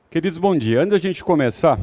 Queridos, bom dia. Antes da gente começar,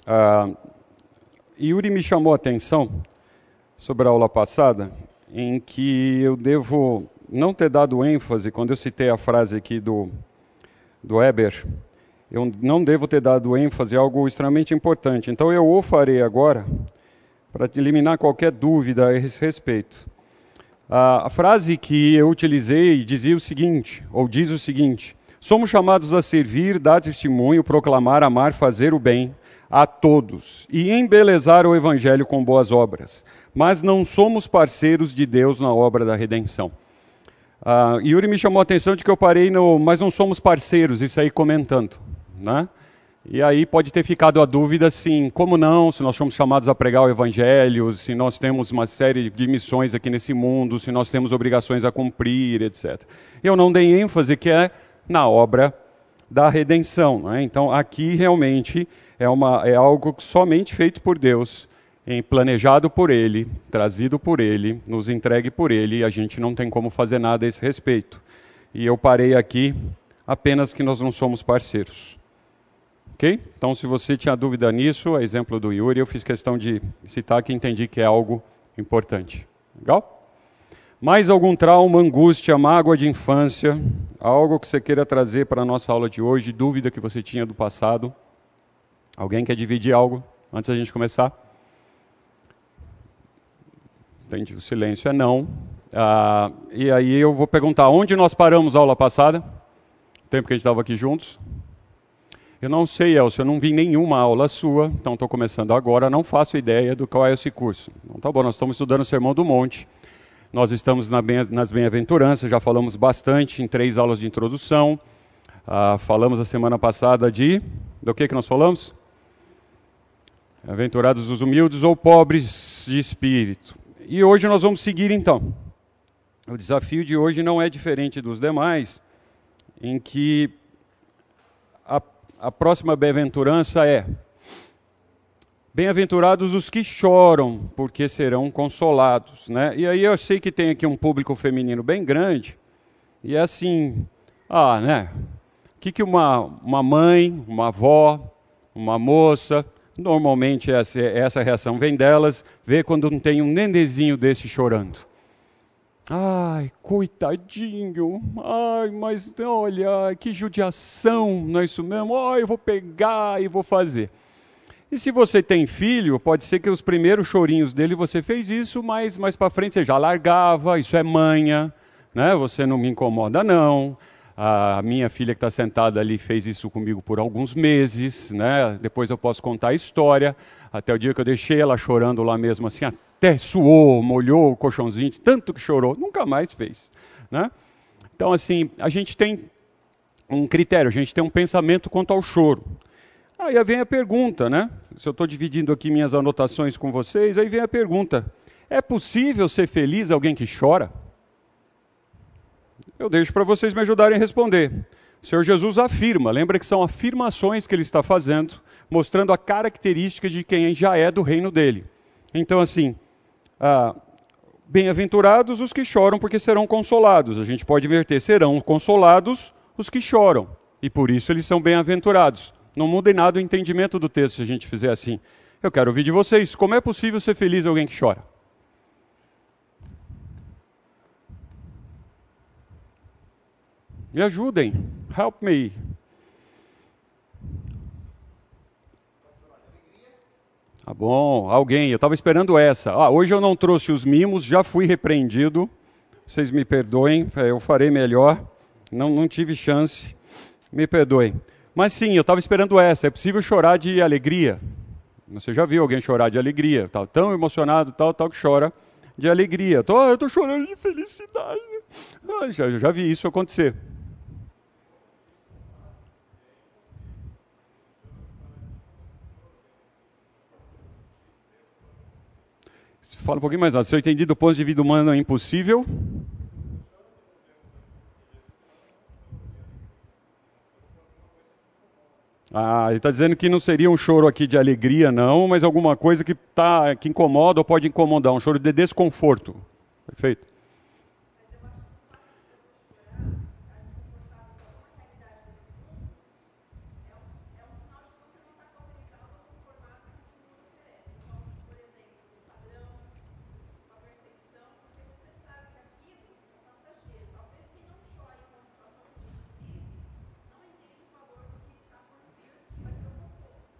Yuri me chamou a atenção sobre a aula passada, em que eu devo não ter dado ênfase, quando eu citei a frase aqui do Weber, eu não devo ter dado ênfase a algo extremamente importante. Então eu o farei agora, para eliminar qualquer dúvida a esse respeito. A frase que eu utilizei dizia o seguinte, ou diz o seguinte: somos chamados a servir, dar testemunho, proclamar, amar, fazer o bem a todos e embelezar o evangelho com boas obras, mas não somos parceiros de Deus na obra da redenção. Yuri me chamou a atenção de que eu parei no mas não somos parceiros, isso aí comentando, né? E aí pode ter ficado a dúvida assim, como não, se nós somos chamados a pregar o evangelho, se nós temos uma série de missões aqui nesse mundo, se nós temos obrigações a cumprir, etc. Eu não dei ênfase que é na obra da redenção, né? Então aqui realmente é algo somente feito por Deus, planejado por Ele, trazido por Ele, nos entregue por Ele, e a gente não tem como fazer nada a esse respeito. E eu parei aqui apenas que nós não somos parceiros. Ok? Então, se você tinha dúvida nisso, a exemplo do Yuri, eu fiz questão de citar que entendi que é algo importante. Legal? Mais algum trauma, angústia, mágoa de infância, algo que você queira trazer para a nossa aula de hoje, dúvida que você tinha do passado? Alguém quer dividir algo antes da gente começar? Entendi, o silêncio é não. E aí eu vou perguntar, onde nós paramos a aula passada? O tempo que a gente estava aqui juntos? Eu não sei, Elcio, eu não vi nenhuma aula sua, então estou começando agora, não faço ideia do qual é esse curso. Então tá bom, nós estamos estudando o Sermão do Monte, nós estamos nas bem-aventuranças, já falamos bastante em 3 aulas de introdução, falamos a semana passada do que nós falamos? Aventurados os humildes ou pobres de espírito. E hoje nós vamos seguir então. O desafio de hoje não é diferente dos demais, em que a próxima bem-aventurança é: bem-aventurados os que choram, porque serão consolados, né? E aí eu sei que tem aqui um público feminino bem grande, e é assim, né? O que uma mãe, uma avó, uma moça, normalmente essa reação vem delas, vê quando não tem um nenenzinho desse chorando. Ai, coitadinho, ai, mas olha, que judiação, não é isso mesmo? Ai, eu vou pegar e vou fazer. E se você tem filho, pode ser que os primeiros chorinhos dele você fez isso, mas mais para frente você já largava, isso é manha, né? Você não me incomoda não. A minha filha que está sentada ali fez isso comigo por alguns meses, né? Depois eu posso contar a história, até o dia que eu deixei ela chorando lá mesmo assim, até suou, molhou o colchãozinho, tanto que chorou, nunca mais fez, né? Então assim, a gente tem um critério, a gente tem um pensamento quanto ao choro. Aí vem a pergunta, né? Se eu estou dividindo aqui minhas anotações com vocês, aí vem a pergunta: é possível ser feliz alguém que chora? Eu deixo para vocês me ajudarem a responder. O Senhor Jesus afirma, lembra que são afirmações que ele está fazendo, mostrando a característica de quem já é do reino dele. Então assim, bem-aventurados os que choram, porque serão consolados. A gente pode inverter, serão consolados os que choram, e por isso eles são bem-aventurados. Não muda em nada o entendimento do texto se a gente fizer assim. Eu quero ouvir de vocês, como é possível ser feliz alguém que chora? Me ajudem, help me. Tá bom, alguém, eu estava esperando essa. Hoje eu não trouxe os mimos, já fui repreendido. Vocês me perdoem, eu farei melhor. Não tive chance, me perdoem. Mas sim, eu estava esperando essa. É possível chorar de alegria? Você já viu alguém chorar de alegria? Tá tão emocionado, tal que chora de alegria. Eu estou chorando de felicidade. Já vi isso acontecer. Fala um pouquinho mais alto. Se eu entendi do ponto de vista humano é impossível. Ele está dizendo que não seria um choro aqui de alegria, não, mas alguma coisa que incomoda ou pode incomodar, um choro de desconforto. Perfeito.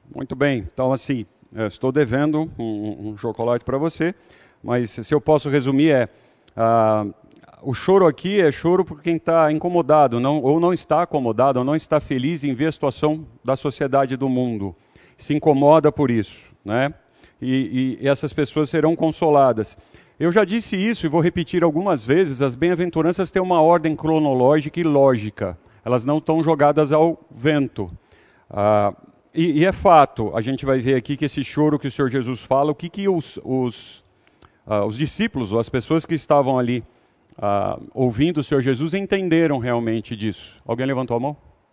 Muito bem. Então, assim, estou devendo um chocolate para você, mas se eu posso resumir o choro aqui é choro por quem está incomodado, ou não está acomodado, ou não está feliz em ver a situação da sociedade do mundo. Se incomoda por isso, né? E essas pessoas serão consoladas. Eu já disse isso e vou repetir algumas vezes, as bem-aventuranças têm uma ordem cronológica e lógica. Elas não estão jogadas ao vento. E é fato, a gente vai ver aqui que esse choro que o Senhor Jesus fala, o que os discípulos, ou as pessoas que estavam ali ouvindo o Senhor Jesus, entenderam realmente disso. Alguém levantou a mão?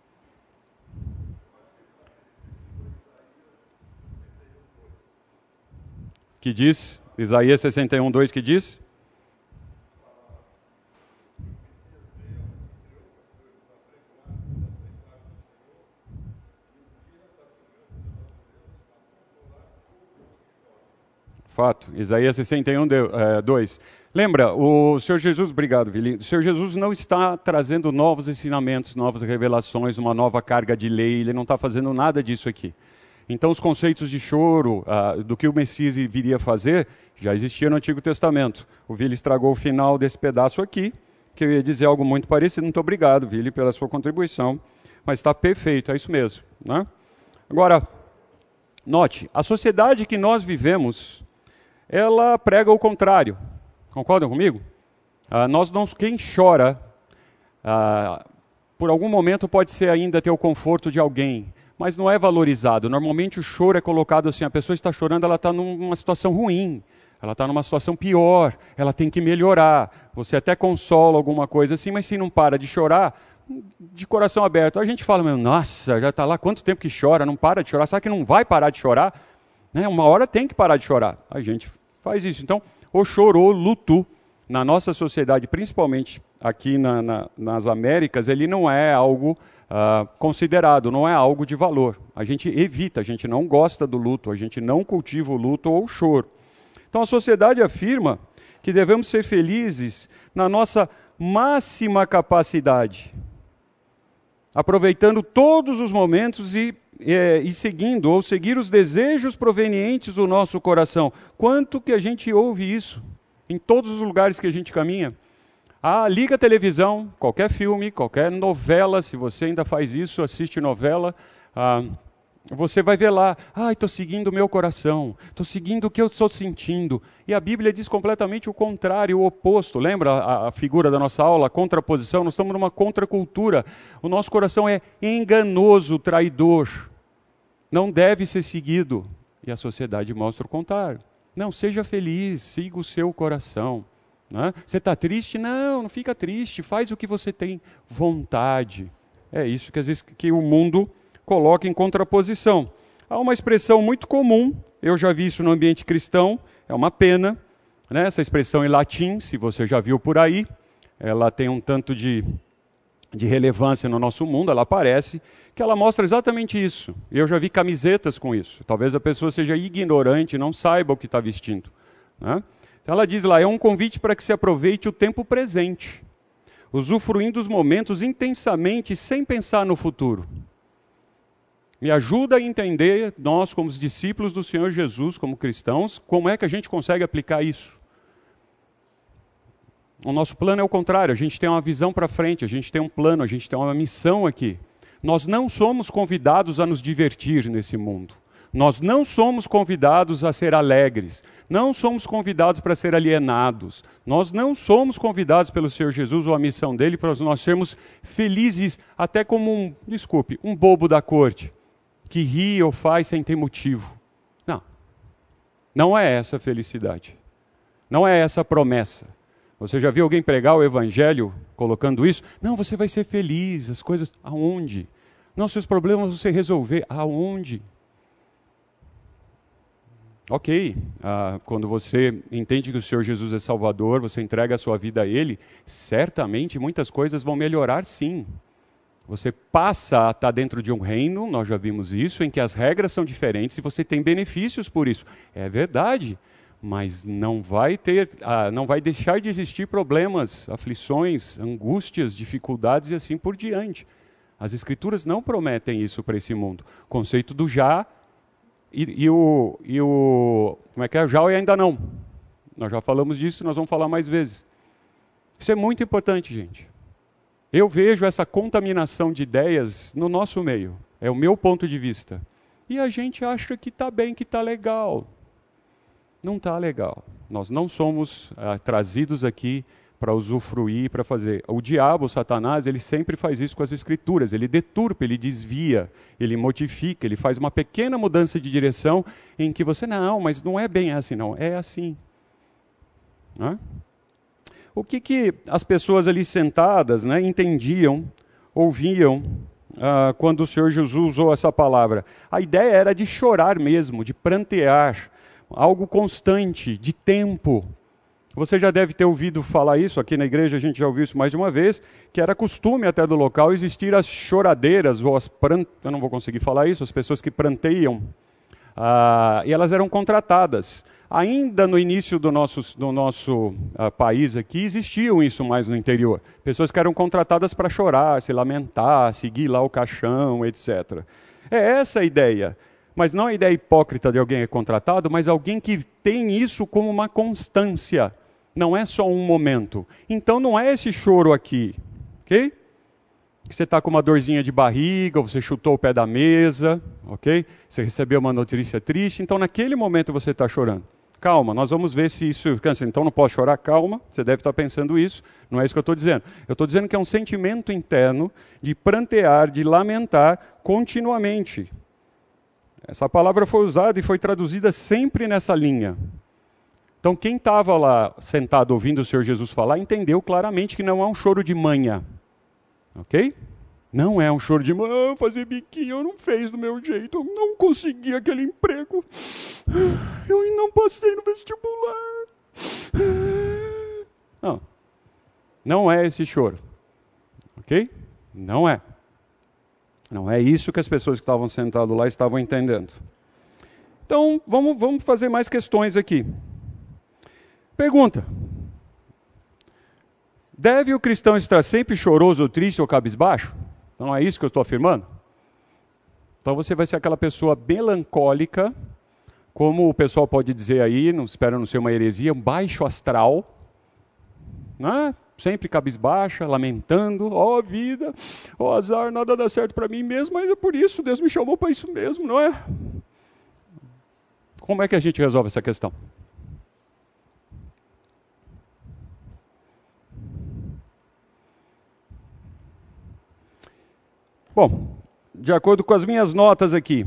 Que diz, Isaías 61:2 que diz? Fato, Isaías 61:2. Lembra, o Senhor Jesus, obrigado, Vili, o Senhor Jesus não está trazendo novos ensinamentos, novas revelações, uma nova carga de lei, ele não está fazendo nada disso aqui. Então os conceitos de choro, do que o Messias viria fazer, já existia no Antigo Testamento. O Vili estragou o final desse pedaço aqui, que eu ia dizer algo muito parecido. Muito obrigado, Vili, pela sua contribuição, mas está perfeito, é isso mesmo, né? Agora, note, a sociedade que nós vivemos, ela prega o contrário. Concordam comigo? Quem chora, por algum momento pode ser ainda ter o conforto de alguém, mas não é valorizado. Normalmente o choro é colocado assim, a pessoa está chorando, ela está numa situação ruim, ela está numa situação pior, ela tem que melhorar. Você até consola alguma coisa assim, mas se não para de chorar, de coração aberto, a gente fala, nossa, já está lá, quanto tempo que chora, não para de chorar, sabe que não vai parar de chorar? Né? Uma hora tem que parar de chorar. A gente faz isso. Então, o choro, o luto, na nossa sociedade, principalmente aqui nas Américas, ele não é algo considerado, não é algo de valor. A gente evita, a gente não gosta do luto, a gente não cultiva o luto ou o choro. Então a sociedade afirma que devemos ser felizes na nossa máxima capacidade, aproveitando todos os momentos e seguir os desejos provenientes do nosso coração. Quanto que a gente ouve isso em todos os lugares que a gente caminha? Liga a televisão, qualquer filme, qualquer novela, se você ainda faz isso, assiste novela, você vai ver lá, estou seguindo o meu coração, estou seguindo o que eu estou sentindo. E a Bíblia diz completamente o contrário, o oposto. Lembra a figura da nossa aula, a contraposição? Nós estamos numa contracultura. O nosso coração é enganoso, traidor. Não deve ser seguido. E a sociedade mostra o contrário. Não, seja feliz, siga o seu coração. Né? Você está triste? Não fica triste, faz o que você tem vontade. É isso que às vezes que o mundo coloca em contraposição. Há uma expressão muito comum, eu já vi isso no ambiente cristão, é uma pena, né? Essa expressão em latim, se você já viu por aí, ela tem um tanto de relevância no nosso mundo, ela aparece, que ela mostra exatamente isso. Eu já vi camisetas com isso. Talvez a pessoa seja ignorante, não saiba o que está vestindo. Né? Então ela diz lá, é um convite para que se aproveite o tempo presente, usufruindo os momentos intensamente, sem pensar no futuro. Me ajuda a entender, nós como os discípulos do Senhor Jesus, como cristãos, como é que a gente consegue aplicar isso. O nosso plano é o contrário, a gente tem uma visão para frente, a gente tem um plano, a gente tem uma missão aqui. Nós não somos convidados a nos divertir nesse mundo. Nós não somos convidados a ser alegres, não somos convidados para ser alienados, nós não somos convidados pelo Senhor Jesus ou a missão dele para nós sermos felizes, até como um bobo da corte, que ri ou faz sem ter motivo. Não é essa a felicidade, não é essa a promessa. Você já viu alguém pregar o evangelho colocando isso? Não, você vai ser feliz, as coisas, aonde? Não, seus problemas você resolver, aonde? Ok, quando você entende que o Senhor Jesus é Salvador, você entrega a sua vida a Ele, certamente muitas coisas vão melhorar sim. Você passa a estar dentro de um reino, nós já vimos isso, em que as regras são diferentes e você tem benefícios por isso. É verdade, mas não vai deixar de existir problemas, aflições, angústias, dificuldades e assim por diante. As Escrituras não prometem isso para esse mundo. O conceito do já como é que é? Já ou ainda não. Nós já falamos disso, nós vamos falar mais vezes. Isso é muito importante, gente. Eu vejo essa contaminação de ideias no nosso meio. É o meu ponto de vista. E a gente acha que está bem, que está legal. Não está legal. Nós não somos trazidos aqui para usufruir, para fazer. O diabo, o Satanás, ele sempre faz isso com as escrituras. Ele deturpa, ele desvia, ele modifica, ele faz uma pequena mudança de direção em que você, não, mas não é bem assim, não. É assim. Hã? O que as pessoas ali sentadas, né, entendiam, ouviam, quando o Senhor Jesus usou essa palavra? A ideia era de chorar mesmo, de prantear, algo constante, de tempo. Você já deve ter ouvido falar isso, aqui na igreja a gente já ouviu isso mais de uma vez, que era costume até do local existir as choradeiras, ou eu não vou conseguir falar isso, as pessoas que pranteiam, e elas eram contratadas. Ainda no início do nosso país aqui, existiam isso mais no interior. Pessoas que eram contratadas para chorar, se lamentar, seguir lá o caixão, etc. É essa a ideia. Mas não a ideia hipócrita de alguém é contratado, mas alguém que tem isso como uma constância. Não é só um momento. Então não é esse choro aqui, ok? Que você está com uma dorzinha de barriga, ou você chutou o pé da mesa, ok? Você recebeu uma notícia triste, então naquele momento você está chorando. Calma, nós vamos ver se isso cansa. Então não posso chorar, calma, você deve estar pensando isso, não é isso que eu estou dizendo. Eu estou dizendo que é um sentimento interno de prantear, de lamentar continuamente. Essa palavra foi usada e foi traduzida sempre nessa linha. Então quem estava lá sentado ouvindo o Senhor Jesus falar, entendeu claramente que não é um choro de manha. Ok? Não é um choro de fazer biquinho, eu não fiz do meu jeito, eu não consegui aquele emprego, eu não passei no vestibular. Não é esse choro. Ok? Não é. Não é isso que as pessoas que estavam sentadas lá estavam entendendo. Então, vamos fazer mais questões aqui. Pergunta. Deve o cristão estar sempre choroso, ou triste, ou cabisbaixo? Não é isso que eu estou afirmando? Então você vai ser aquela pessoa melancólica, como o pessoal pode dizer aí, não espero não ser uma heresia, um baixo astral, né? Sempre cabisbaixa, lamentando, vida, azar, nada dá certo para mim mesmo, mas é por isso, Deus me chamou para isso mesmo, não é? Como é que a gente resolve essa questão? Bom, de acordo com as minhas notas aqui,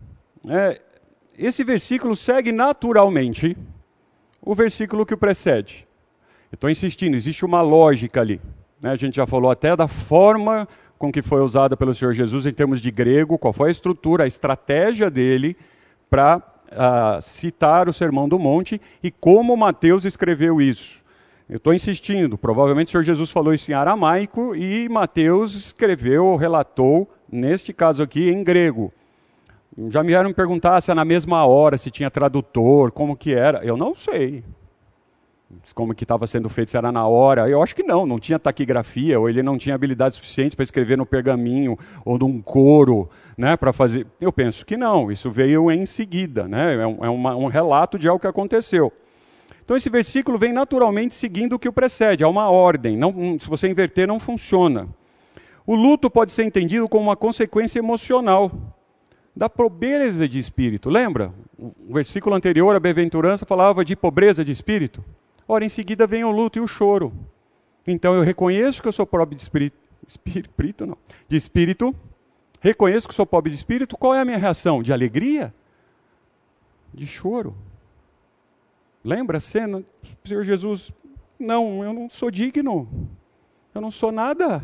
esse versículo segue naturalmente o versículo que o precede. Eu estou insistindo, existe uma lógica ali. A gente já falou até da forma com que foi usada pelo Senhor Jesus em termos de grego, qual foi a estrutura, a estratégia dele para citar o Sermão do Monte e como Mateus escreveu isso. Eu estou insistindo, provavelmente o Senhor Jesus falou isso em aramaico e Mateus escreveu ou relatou, neste caso aqui, em grego. Já me vieram me perguntar se é na mesma hora, se tinha tradutor, como que era. Eu não sei como que estava sendo feito, se era na hora. Eu acho que não tinha taquigrafia, ou ele não tinha habilidade suficiente para escrever no pergaminho, ou num coro, né, para fazer. Eu penso que não, isso veio em seguida, né, é um relato de algo que aconteceu. Então esse versículo vem naturalmente seguindo o que o precede, há uma ordem, se você inverter não funciona. O luto pode ser entendido como uma consequência emocional da pobreza de espírito. Lembra? O versículo anterior, a bem-aventurança, falava de pobreza de espírito. Ora, em seguida vem o luto e o choro. Então eu reconheço que eu sou pobre de espírito, reconheço que sou pobre de espírito, qual é a minha reação? De alegria? De choro? Lembra a cena? O Senhor Jesus, não, eu não sou digno, eu não sou nada,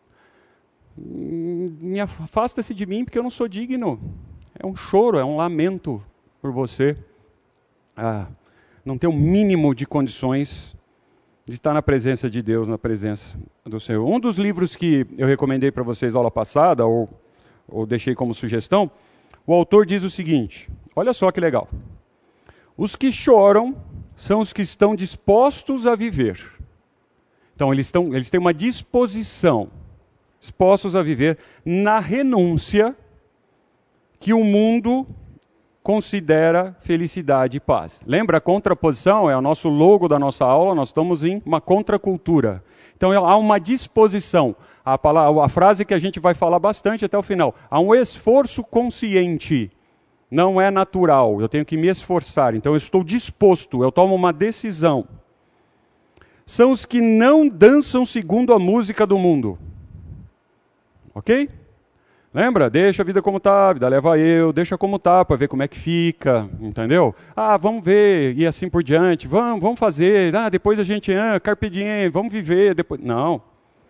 afasta-se de mim porque eu não sou digno. É um choro, é um lamento por você. Não ter um mínimo de condições de estar na presença de Deus, na presença do Senhor. Um dos livros que eu recomendei para vocês na aula passada, ou deixei como sugestão, o autor diz o seguinte, olha só que legal. Os que choram são os que estão dispostos a viver. Então, eles têm uma disposição, dispostos a viver na renúncia que o mundo considera felicidade e paz. Lembra, a contraposição é o nosso logo da nossa aula, nós estamos em uma contracultura. Então há uma disposição, a frase que a gente vai falar bastante até o final, há um esforço consciente, não é natural, eu tenho que me esforçar, então eu estou disposto, eu tomo uma decisão. São os que não dançam segundo a música do mundo. Ok? Lembra? Deixa a vida como está, a vida leva eu, deixa como está para ver como é que fica, entendeu? Vamos ver, e assim por diante, vamos fazer, depois a gente, carpe diem, vamos viver, depois... Não,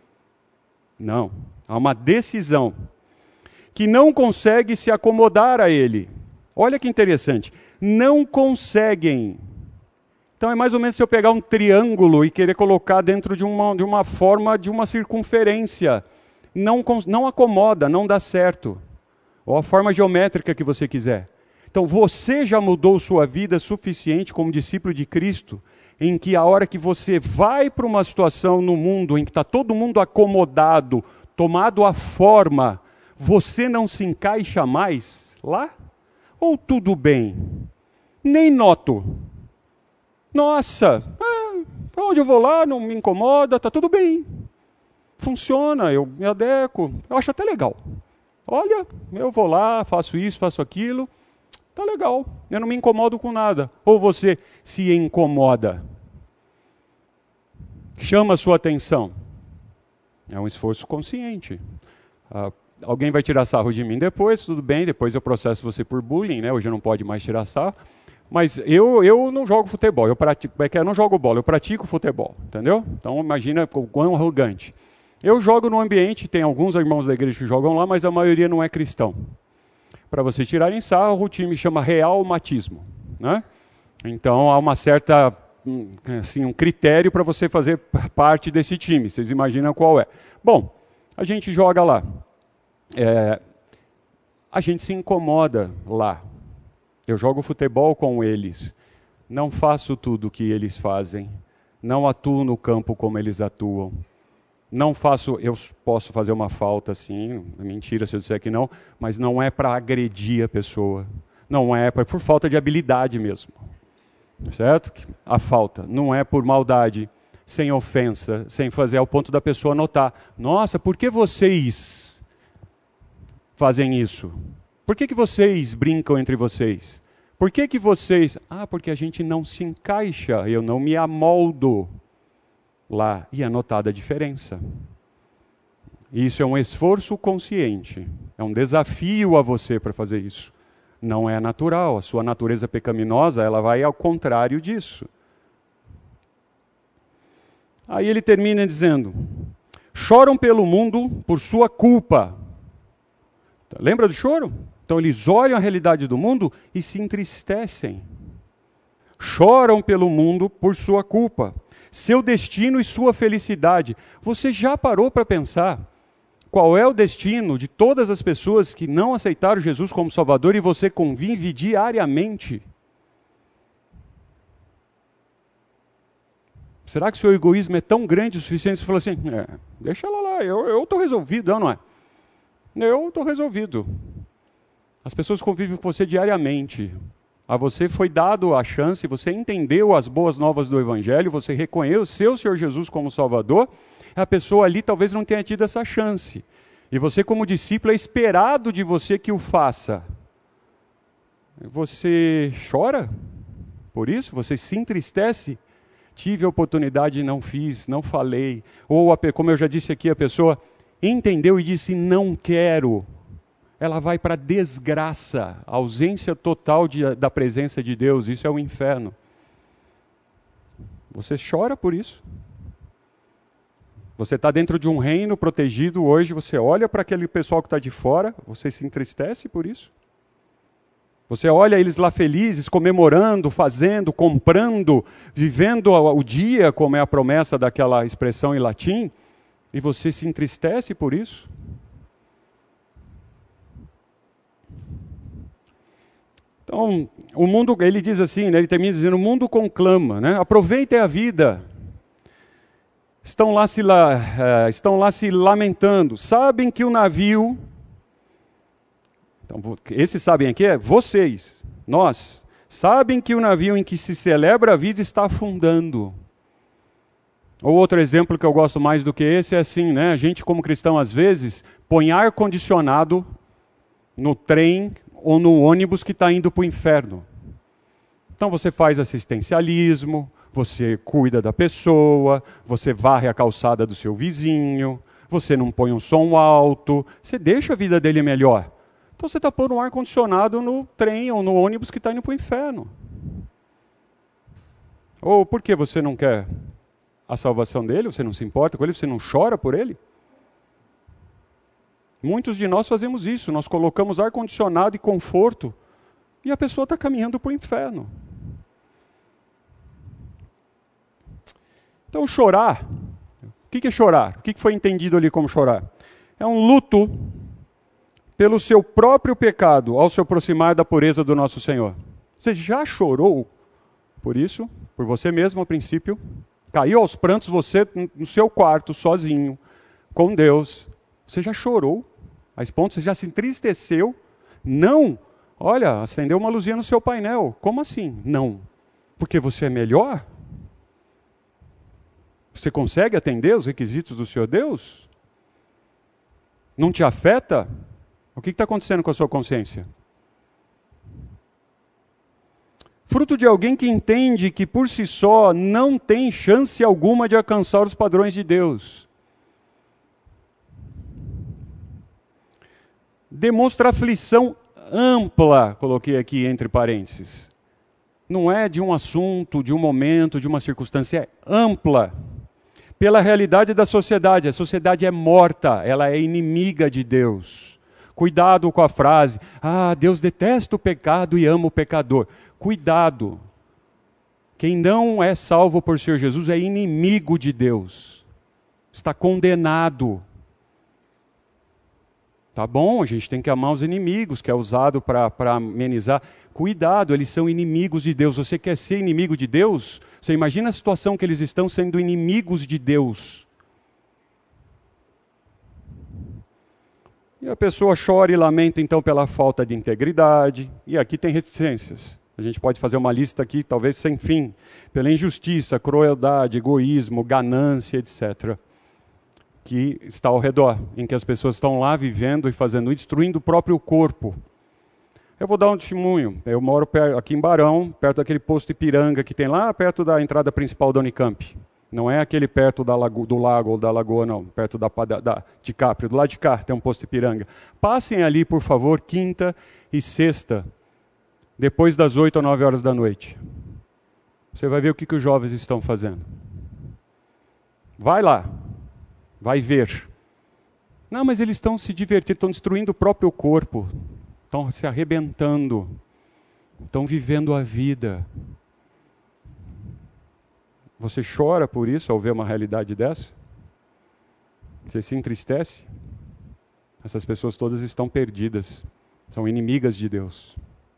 há uma decisão que não consegue se acomodar a ele. Olha que interessante, não conseguem. Então é mais ou menos se eu pegar um triângulo e querer colocar dentro de uma forma, de uma circunferência. Não acomoda, não dá certo. Ou a forma geométrica que você quiser. Então você já mudou sua vida suficiente como discípulo de Cristo, em que a hora que você vai para uma situação no mundo em que está todo mundo acomodado, tomado a forma, você não se encaixa mais lá? Ou tudo bem? Nem noto. Nossa, para onde eu vou lá, não me incomoda, está tudo bem. Funciona, eu me adequo, eu acho até legal. Olha, eu vou lá, faço isso, faço aquilo, tá legal, eu não me incomodo com nada. Ou você se incomoda? Chama a sua atenção. É um esforço consciente. Alguém vai tirar sarro de mim depois, tudo bem, depois eu processo você por bullying, né? Hoje não pode mais tirar sarro. Mas eu não jogo futebol, eu não jogo bola, eu pratico futebol, entendeu? Então imagina o quão arrogante. Eu jogo no ambiente, tem alguns irmãos da igreja que jogam lá, mas a maioria não é cristão. Para vocês tirarem sarro, o time chama realmatismo, né? Então há uma certa, assim, um critério para você fazer parte desse time, vocês imaginam qual é. Bom, a gente joga lá, a gente se incomoda lá. Eu jogo futebol com eles, não faço tudo o que eles fazem, não atuo no campo como eles atuam. Não faço, eu posso fazer uma falta assim, mentira se eu disser que não, mas não é para agredir a pessoa, não é por falta de habilidade mesmo, certo? A falta não é por maldade, sem ofensa, sem fazer ao ponto da pessoa notar, nossa, por que vocês fazem isso? Por que vocês brincam entre vocês? Por que vocês... porque a gente não se encaixa, eu não me amoldo lá, e é notada a diferença. Isso é um esforço consciente, é um desafio a você para fazer isso. Não é natural, a sua natureza pecaminosa, ela vai ao contrário disso. Aí ele termina dizendo, choram pelo mundo por sua culpa. Lembra do choro? Então eles olham a realidade do mundo e se entristecem. Choram pelo mundo por sua culpa. Seu destino e sua felicidade. Você já parou para pensar qual é o destino de todas as pessoas que não aceitaram Jesus como Salvador e você convive diariamente? Será que o seu egoísmo é tão grande o suficiente para você falar assim, deixa ela lá, eu estou resolvido, não é? Eu estou resolvido. As pessoas convivem com você diariamente. A você foi dado a chance, você entendeu as boas novas do Evangelho, você reconheceu o Senhor Jesus como Salvador, a pessoa ali talvez não tenha tido essa chance. E você como discípulo é esperado de você que o faça. Você chora por isso? Você se entristece? Tive a oportunidade e não fiz, não falei. Ou, como eu já disse aqui, a pessoa entendeu e disse, não quero. Ela vai para a desgraça, a ausência total da presença de Deus, isso é o inferno. Você chora por isso. Você está dentro de um reino protegido hoje, você olha para aquele pessoal que está de fora, você se entristece por isso. Você olha eles lá felizes, comemorando, fazendo, comprando, vivendo o dia, como é a promessa daquela expressão em latim, e você se entristece por isso. Então, o mundo, ele diz assim, né, ele termina dizendo, o mundo conclama, né, aproveitem a vida. Estão lá se lamentando, sabem que o navio, então, esses sabem aqui vocês, nós, sabem que o navio em que se celebra a vida está afundando. Ou outro exemplo que eu gosto mais do que esse é assim, né? A gente como cristão às vezes põe ar-condicionado no trem ou no ônibus que está indo para o inferno. Então você faz assistencialismo, você cuida da pessoa, você varre a calçada do seu vizinho, você não põe um som alto, você deixa a vida dele melhor. Então você está pondo um ar-condicionado no trem ou no ônibus que está indo para o inferno. Ou por que você não quer a salvação dele? Você não se importa com ele? Você não chora por ele? Muitos de nós fazemos isso. Nós colocamos ar-condicionado e conforto e a pessoa está caminhando para o inferno. Então chorar, o que é chorar? O que foi entendido ali como chorar? É um luto pelo seu próprio pecado ao se aproximar da pureza do nosso Senhor. Você já chorou por isso? Por você mesmo, a princípio? Caiu aos prantos você no seu quarto, sozinho, com Deus. Você já chorou? A esse ponto, você já se entristeceu? Não! Olha, acendeu uma luzinha no seu painel. Como assim? Não. Porque você é melhor? Você consegue atender os requisitos do seu Deus? Não te afeta? O que está acontecendo com a sua consciência? Fruto de alguém que entende que por si só não tem chance alguma de alcançar os padrões de Deus. Demonstra aflição ampla, coloquei aqui entre parênteses. Não é de um assunto, de um momento, de uma circunstância, é ampla. Pela realidade da sociedade. A sociedade é morta, ela é inimiga de Deus. Cuidado com a frase, Deus detesta o pecado e ama o pecador. Cuidado. Quem não é salvo por Senhor Jesus é inimigo de Deus. Está condenado. Tá bom, a gente tem que amar os inimigos, que é usado para amenizar. Cuidado, eles são inimigos de Deus. Você quer ser inimigo de Deus? Você imagina a situação que eles estão sendo inimigos de Deus. E a pessoa chora e lamenta então pela falta de integridade. E aqui tem reticências. A gente pode fazer uma lista aqui, talvez sem fim. Pela injustiça, crueldade, egoísmo, ganância, etc. Que está ao redor, em que as pessoas estão lá vivendo e fazendo e destruindo o próprio corpo. Eu vou dar um testemunho. Eu moro aqui em Barão, perto daquele posto Ipiranga que tem lá perto da entrada principal da Unicamp. Não é aquele perto do lago ou da lagoa, não. Perto de Capri. Do lado de cá tem um posto Ipiranga. Passem ali, por favor, quinta e sexta, depois das 8 ou 9 horas da noite. Você vai ver o que os jovens estão fazendo. Vai lá. Vai ver. Não, mas eles estão se divertindo, estão destruindo o próprio corpo. Estão se arrebentando. Estão vivendo a vida. Você chora por isso ao ver uma realidade dessa? Você se entristece? Essas pessoas todas estão perdidas. São inimigas de Deus.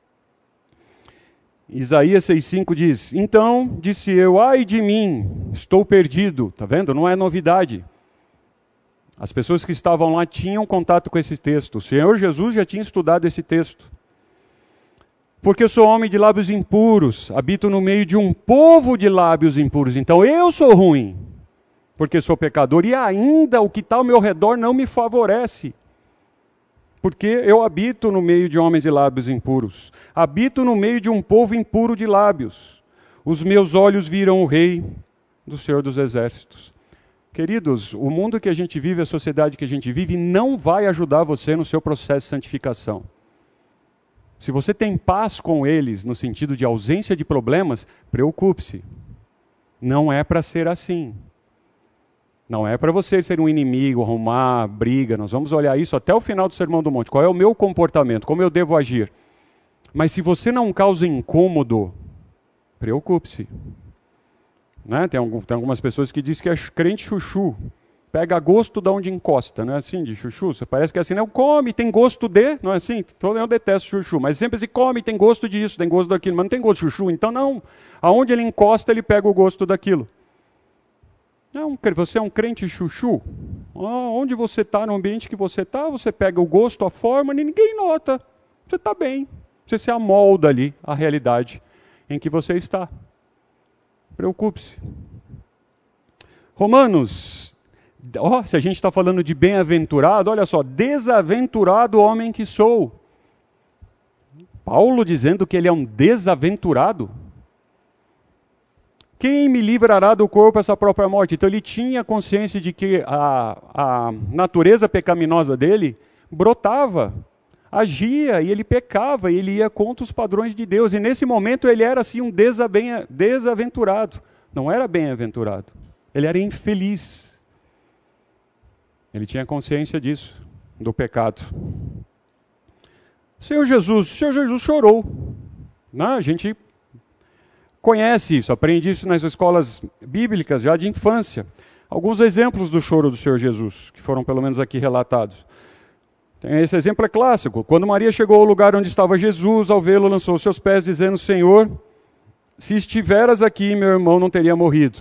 Isaías 6,5 diz, então disse eu, ai de mim, estou perdido. Está vendo? Não é novidade. As pessoas que estavam lá tinham contato com esse texto. O Senhor Jesus já tinha estudado esse texto. Porque eu sou homem de lábios impuros, habito no meio de um povo de lábios impuros. Então eu sou ruim, porque sou pecador. E ainda o que está ao meu redor não me favorece. Porque eu habito no meio de homens de lábios impuros. Habito no meio de um povo impuro de lábios. Os meus olhos viram o Rei do Senhor dos Exércitos. Queridos, o mundo que a gente vive, a sociedade que a gente vive, não vai ajudar você no seu processo de santificação. Se você tem paz com eles, no sentido de ausência de problemas, preocupe-se. Não é para ser assim. Não é para você ser um inimigo, arrumar briga. Nós vamos olhar isso até o final do Sermão do Monte. Qual é o meu comportamento? Como eu devo agir? Mas se você não causa incômodo, preocupe-se. Né? Tem algumas pessoas que dizem que é crente chuchu. Pega gosto de onde encosta, não é assim, de chuchu? Você parece que é assim, não, come, tem gosto de, não é assim? Eu detesto chuchu, mas sempre assim, come, tem gosto disso, tem gosto daquilo, mas não tem gosto de chuchu, então não. Aonde ele encosta, ele pega o gosto daquilo. Você é um crente chuchu? Onde você está, no ambiente que você está, você pega o gosto, a forma, ninguém nota. Você está bem. Você se amolda ali à realidade em que você está. Preocupe-se. Romanos, se a gente está falando de bem-aventurado, olha só, desaventurado homem que sou. Paulo dizendo que ele é um desaventurado. Quem me livrará do corpo essa própria morte? Então ele tinha consciência de que a natureza pecaminosa dele brotava, agia, e ele pecava, e ele ia contra os padrões de Deus. E nesse momento ele era assim um desaventurado. Não era bem-aventurado. Ele era infeliz. Ele tinha consciência disso, do pecado. O Senhor Jesus chorou. Não, a gente conhece isso, aprende isso nas escolas bíblicas já de infância. Alguns exemplos do choro do Senhor Jesus, que foram pelo menos aqui relatados. Esse exemplo é clássico. Quando Maria chegou ao lugar onde estava Jesus, ao vê-lo, lançou os seus pés, dizendo: Senhor, se estiveras aqui, meu irmão não teria morrido.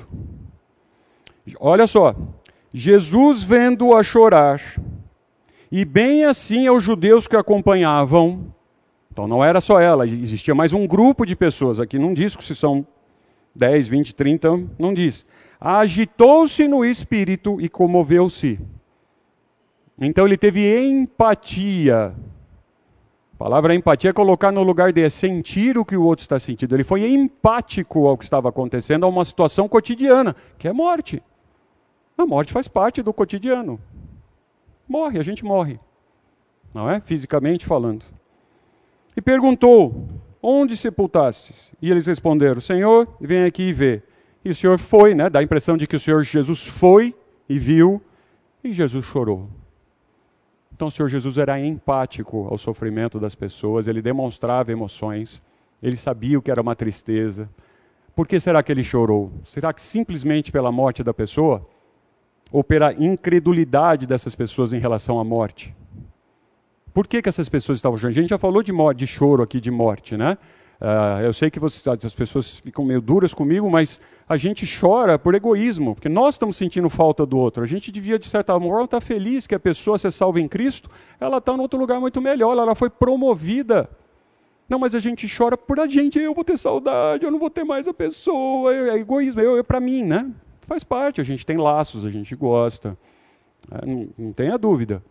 Olha só, Jesus vendo-o a chorar, e bem assim aos judeus que acompanhavam. Então não era só ela, existia mais um grupo de pessoas. Aqui não diz se são 10, 20, 30, não diz. Agitou-se no espírito e comoveu-se. Então ele teve empatia. A palavra empatia é colocar no lugar de sentir o que o outro está sentindo. Ele foi empático ao que estava acontecendo, a uma situação cotidiana, que é morte. A morte faz parte do cotidiano. Morre, a gente morre. Não é? Fisicamente falando. E perguntou: onde sepultastes? E eles responderam: Senhor, vem aqui e vê. E o Senhor foi, né? Dá a impressão de que o Senhor Jesus foi e viu, e Jesus chorou. Então o Senhor Jesus era empático ao sofrimento das pessoas, ele demonstrava emoções, ele sabia o que era uma tristeza. Por que será que ele chorou? Será que simplesmente pela morte da pessoa? Ou pela incredulidade dessas pessoas em relação à morte? Por que essas pessoas estavam chorando? A gente já falou de morte, de choro aqui, de morte, né? Eu sei que as pessoas ficam meio duras comigo, mas a gente chora por egoísmo, porque nós estamos sentindo falta do outro. A gente devia, de certa forma, estar feliz que a pessoa se salva em Cristo, ela está em outro lugar muito melhor, ela foi promovida. Não, mas a gente chora por a gente, eu vou ter saudade, eu não vou ter mais a pessoa, é egoísmo, é para mim, né? Faz parte, a gente tem laços, a gente gosta, não tenha dúvida.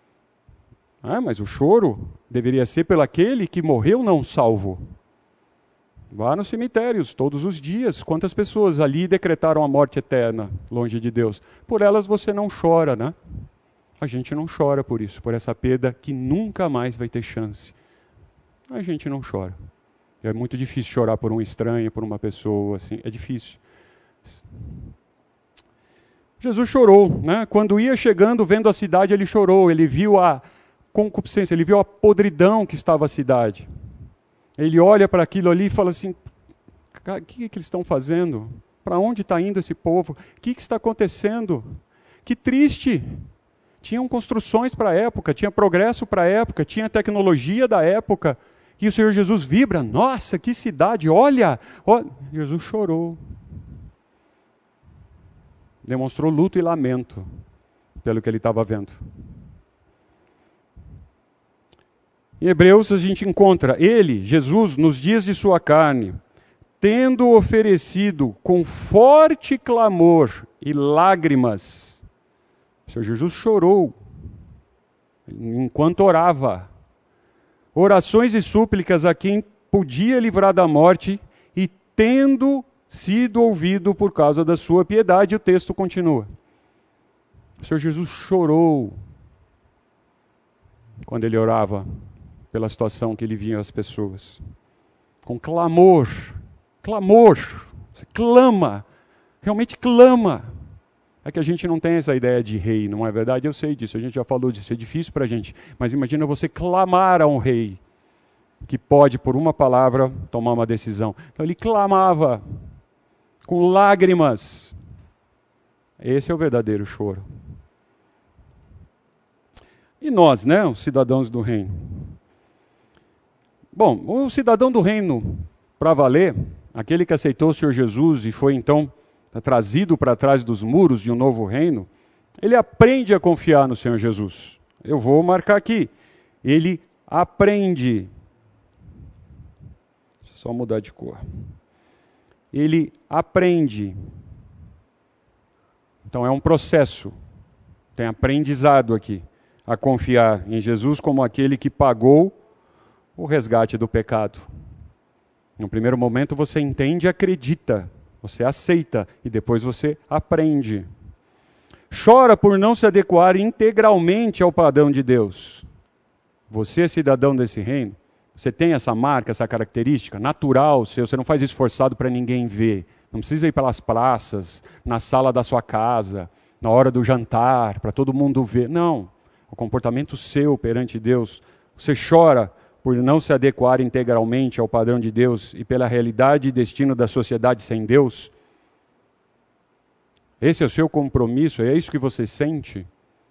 Mas o choro deveria ser pelo aquele que morreu não salvo. Vá nos cemitérios todos os dias. Quantas pessoas ali decretaram a morte eterna, longe de Deus? Por elas você não chora, né? A gente não chora por isso, por essa perda que nunca mais vai ter chance. A gente não chora. É muito difícil chorar por um estranho, por uma pessoa, assim, é difícil. Jesus chorou, né? Quando ia chegando, vendo a cidade, ele chorou. Ele viu a concupiscência, ele viu a podridão que estava a cidade. Ele olha para aquilo ali e fala assim: o que eles estão fazendo? Para onde está indo esse povo? O que está acontecendo? Que triste! Tinham construções para a época, tinha progresso para a época, tinha tecnologia da época. E o Senhor Jesus vibra: nossa, que cidade, olha! Jesus chorou. Demonstrou luto e lamento pelo que ele estava vendo. Em Hebreus a gente encontra ele, Jesus, nos dias de sua carne, tendo oferecido com forte clamor e lágrimas. O Senhor Jesus chorou enquanto orava. Orações e súplicas a quem podia livrar da morte, e tendo sido ouvido por causa da sua piedade, o texto continua. O Senhor Jesus chorou quando ele orava pela situação que ele via as pessoas. Com clamor, você clama, realmente clama. É que a gente não tem essa ideia de rei, não é verdade? Eu sei disso, a gente já falou disso, é difícil para a gente. Mas imagina você clamar a um rei, que pode, por uma palavra, tomar uma decisão. Então ele clamava, com lágrimas. Esse é o verdadeiro choro. E nós, né, os cidadãos do reino? Bom, o cidadão do reino, para valer, aquele que aceitou o Senhor Jesus e foi então trazido para trás dos muros de um novo reino, ele aprende a confiar no Senhor Jesus. Eu vou marcar aqui. Ele aprende. Só mudar de cor. Ele aprende. Então é um processo. Tem aprendizado aqui. A confiar em Jesus como aquele que pagou o resgate do pecado. No primeiro momento você entende e acredita. Você aceita e depois você aprende. Chora por não se adequar integralmente ao padrão de Deus. Você é cidadão desse reino. Você tem essa marca, essa característica natural seu. Você não faz isso forçado para ninguém ver. Não precisa ir pelas praças, na sala da sua casa, na hora do jantar, para todo mundo ver. Não. O comportamento seu perante Deus. Você chora por não se adequar integralmente ao padrão de Deus e pela realidade e destino da sociedade sem Deus. Esse é o seu compromisso? É isso que você sente?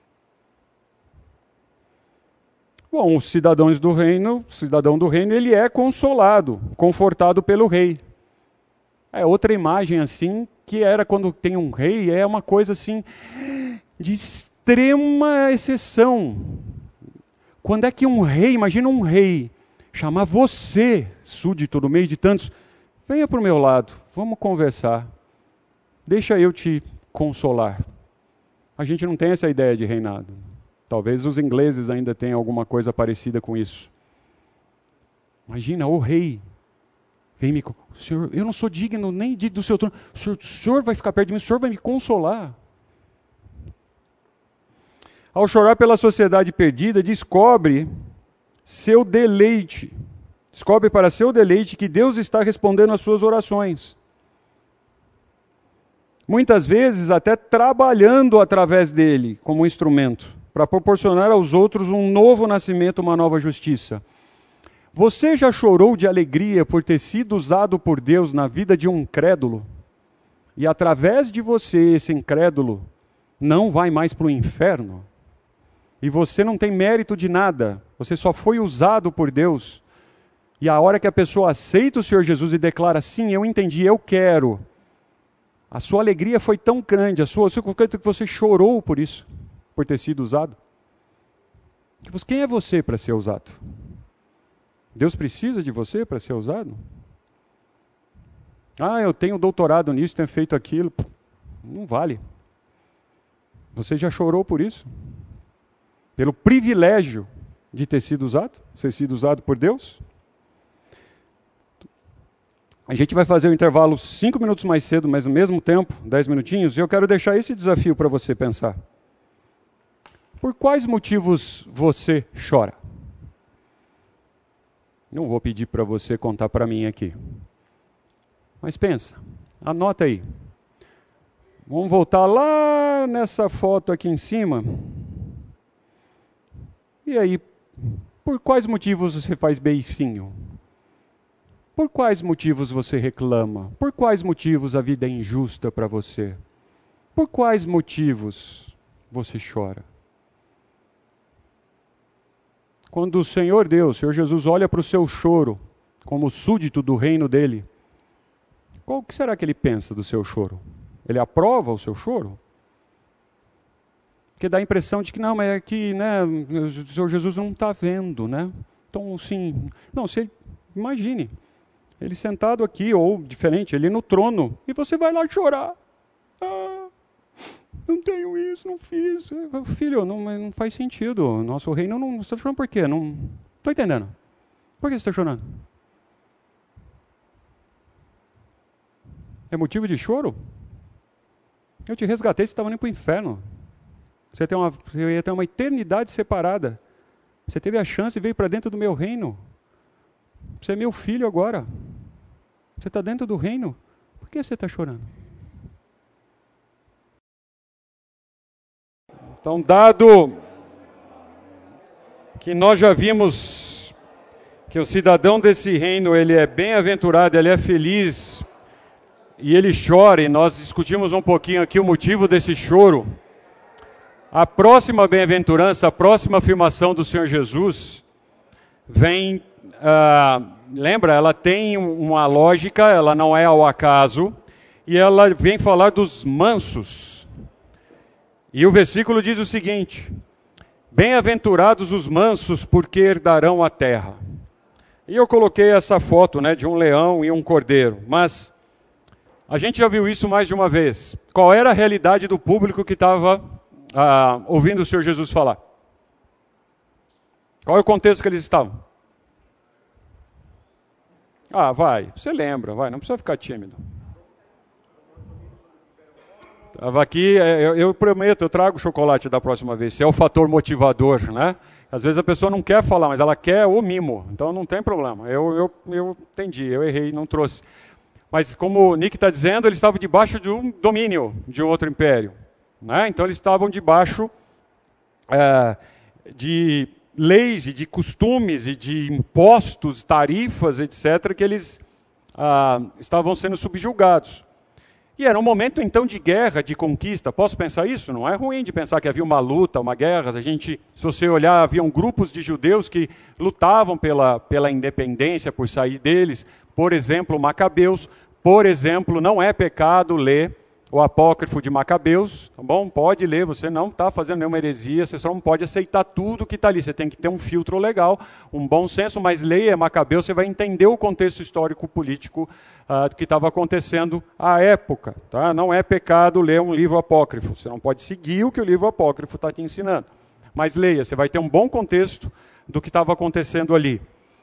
Bom, os cidadãos do reino, cidadão do reino, ele é consolado, confortado pelo rei. É outra imagem assim, que era quando tem um rei, é uma coisa assim, de extrema exceção. Quando é que um rei, imagina um rei, chamar você, súdito no meio de tantos, venha para o meu lado, vamos conversar, deixa eu te consolar. A gente não tem essa ideia de reinado. Talvez os ingleses ainda tenham alguma coisa parecida com isso. Imagina, o rei, vem me... Senhor, eu não sou digno nem do seu trono. O senhor vai ficar perto de mim, o senhor vai me consolar. Ao chorar pela sociedade perdida, descobre seu deleite. Descobre para seu deleite que Deus está respondendo às suas orações. Muitas vezes até trabalhando através dele como instrumento, para proporcionar aos outros um novo nascimento, uma nova justiça. Você já chorou de alegria por ter sido usado por Deus na vida de um incrédulo? E através de você, esse incrédulo, não vai mais para o inferno? E você não tem mérito de nada, você só foi usado por Deus. E a hora que a pessoa aceita o Senhor Jesus e declara, sim, eu entendi, eu quero. A sua alegria foi tão grande, que você chorou por isso, por ter sido usado. Quem é você para ser usado? Deus precisa de você para ser usado? Ah, eu tenho doutorado nisso, tenho feito aquilo. Não vale. Você já chorou por isso? Pelo privilégio de ter sido usado? Ser sido usado por Deus? A gente vai fazer o intervalo 5 minutos mais cedo, mas no mesmo tempo, 10 minutinhos, e eu quero deixar esse desafio para você pensar. Por quais motivos você chora? Não vou pedir para você contar para mim aqui. Mas pensa, anota aí. Vamos voltar lá nessa foto aqui em cima. E aí, por quais motivos você faz beicinho? Por quais motivos você reclama? Por quais motivos a vida é injusta para você? Por quais motivos você chora? Quando o Senhor Deus, o Senhor Jesus, olha para o seu choro como súdito do reino dele, qual que será que ele pensa do seu choro? Ele aprova o seu choro? Porque dá a impressão de que não, mas é que o Senhor Jesus não está vendo, né? Então, sim, não, você imagine, ele sentado aqui, ou diferente, ele no trono, e você vai lá chorar. Ah, não tenho isso, não fiz. Filho, não faz sentido. Nosso reino não... Você está chorando por quê? Não estou entendendo. Por que você está chorando? É motivo de choro? Eu te resgatei, você estava indo para o inferno. Você ia ter uma eternidade separada. Você teve a chance e veio para dentro do meu reino. Você é meu filho agora. Você está dentro do reino. Por que você está chorando? Então, dado que nós já vimos que o cidadão desse reino, ele é bem-aventurado, ele é feliz, e ele chora, e nós discutimos um pouquinho aqui o motivo desse choro. A próxima bem-aventurança, a próxima afirmação do Senhor Jesus, vem, lembra, ela tem uma lógica, ela não é ao acaso, e ela vem falar dos mansos. E o versículo diz o seguinte: bem-aventurados os mansos, porque herdarão a terra. E eu coloquei essa foto, né, de um leão e um cordeiro. Mas a gente já viu isso mais de uma vez. Qual era a realidade do público que estava ouvindo o Senhor Jesus falar? Qual é o contexto que eles estavam? Vai, você lembra, vai, não precisa ficar tímido. Estava aqui, eu prometo, eu trago chocolate da próxima vez. Esse é o fator motivador, né? Às vezes a pessoa não quer falar, mas ela quer o mimo. Então não tem problema. Eu entendi, eu errei, não trouxe. Mas como o Nick está dizendo, eles estavam debaixo de um domínio de um outro império, né? Então eles estavam debaixo de leis e de costumes e de impostos, tarifas, etc., que eles estavam sendo subjugados. E era um momento, então, de guerra, de conquista. Posso pensar isso? Não é ruim de pensar que havia uma luta, uma guerra. Se você olhar, haviam grupos de judeus que lutavam pela independência, por sair deles. Por exemplo, Macabeus. Por exemplo, não é pecado ler o apócrifo de Macabeus, tá bom? Pode ler, você não está fazendo nenhuma heresia, você só não pode aceitar tudo que está ali. Você tem que ter um filtro legal, um bom senso, mas leia Macabeus, você vai entender o contexto histórico-político do que estava acontecendo à época. Tá? Não é pecado ler um livro apócrifo, você não pode seguir o que o livro apócrifo está te ensinando. Mas leia, você vai ter um bom contexto do que estava acontecendo ali.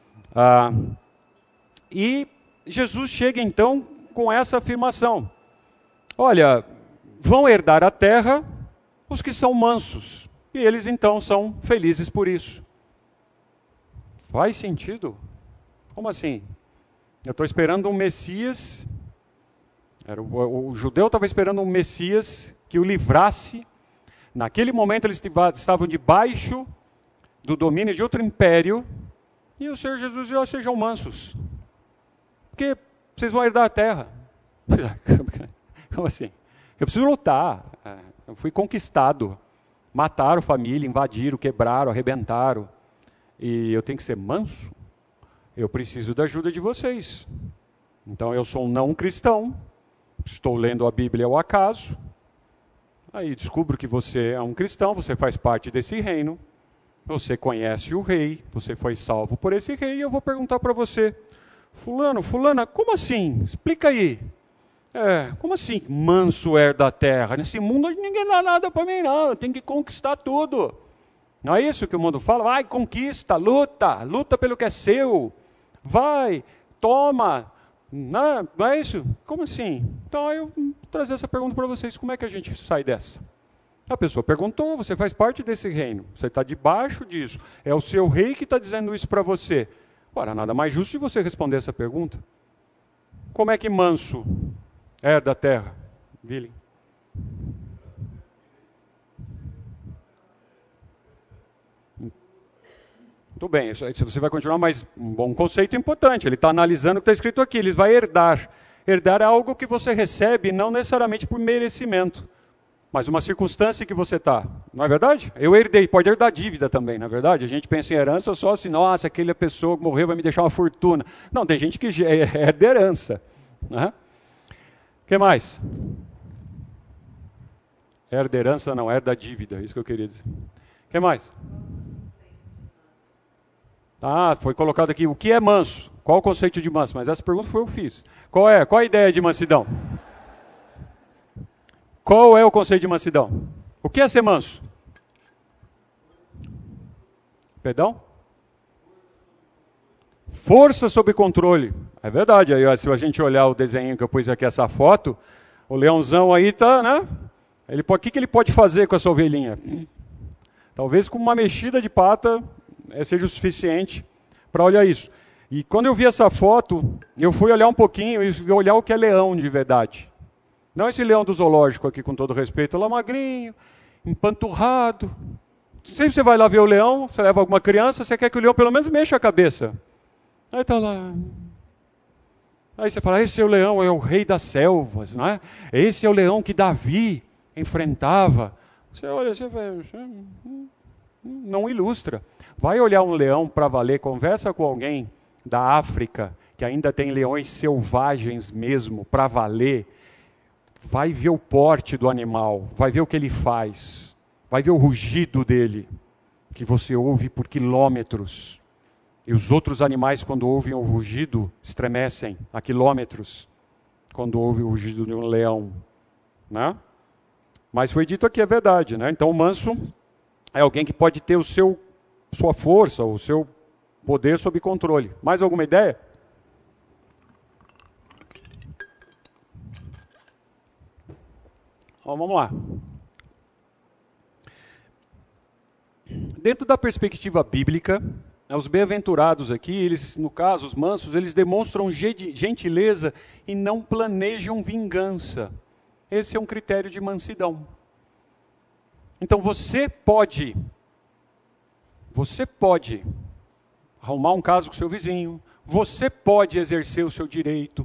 E Jesus chega então com essa afirmação. Olha, vão herdar a terra os que são mansos. E eles então são felizes por isso. Faz sentido? Como assim? Eu estou esperando um Messias. O judeu estava esperando um Messias que o livrasse. Naquele momento eles estavam debaixo do domínio de outro império. E o Senhor Jesus diz, sejam mansos. Porque vocês vão herdar a terra. Como assim? Eu preciso lutar. Eu fui conquistado. Mataram família, invadiram, quebraram, arrebentaram. E eu tenho que ser manso? Eu preciso da ajuda de vocês. Então eu sou um não cristão. Estou lendo a Bíblia ao acaso. Aí descubro que você é um cristão, você faz parte desse reino. Você conhece o rei, você foi salvo por esse rei. E eu vou perguntar para você, fulana, como assim? Explica aí. Como assim manso herda a terra? Nesse mundo ninguém dá nada para mim não, eu tenho que conquistar tudo. Não é isso que o mundo fala? Vai, conquista, luta pelo que é seu. Vai, toma. Não é isso? Como assim? Então eu vou trazer essa pergunta para vocês, como é que a gente sai dessa? A pessoa perguntou, você faz parte desse reino, você está debaixo disso, é o seu rei que está dizendo isso para você. Ora, nada mais justo de você responder essa pergunta. Como é que manso herda a terra? William. Muito bem, isso você vai continuar, mas um bom conceito importante. Ele está analisando o que está escrito aqui, ele vai herdar. Herdar é algo que você recebe, não necessariamente por merecimento, mas uma circunstância que você está. Não é verdade? Eu herdei, pode herdar dívida também, não é verdade? A gente pensa em herança só assim, nossa, aquela pessoa que morreu vai me deixar uma fortuna. Não, tem gente que herda herança. Né? O que mais? Herda herança não, herda dívida, é isso que eu queria dizer. O que mais? Foi colocado aqui, o que é manso? Qual o conceito de manso? Mas essa pergunta foi eu que fiz. Qual a ideia de mansidão? Qual é o conceito de mansidão? O que é ser manso? Perdão? Força sob controle. É verdade, aí se a gente olhar o desenho que eu pus aqui, essa foto, o leãozão aí está, né? O que ele pode fazer com essa ovelhinha? Talvez com uma mexida de pata seja o suficiente para olhar isso. E quando eu vi essa foto, eu fui olhar um pouquinho e olhar o que é leão de verdade. Não esse leão do zoológico aqui, com todo respeito, lá magrinho, empanturrado. Sempre você vai lá ver o leão, você leva alguma criança, você quer que o leão pelo menos mexa a cabeça. Aí está lá. Aí você fala, esse é o leão, é o rei das selvas, não é? Esse é o leão que Davi enfrentava. Você olha, você vai, não ilustra. Vai olhar um leão para valer, conversa com alguém da África, que ainda tem leões selvagens mesmo, para valer. Vai ver o porte do animal, vai ver o que ele faz, vai ver o rugido dele, que você ouve por quilômetros. E os outros animais, quando ouvem o rugido, estremecem a quilômetros, quando ouvem o rugido de um leão. Né? Mas foi dito aqui, é verdade. Né? Então o manso é alguém que pode ter sua força, o seu poder sob controle. Mais alguma ideia? Então, vamos lá. Dentro da perspectiva bíblica, os bem-aventurados aqui, eles, no caso, os mansos, eles demonstram gentileza e não planejam vingança. Esse é um critério de mansidão. Então você pode arrumar um caso com seu vizinho, você pode exercer o seu direito,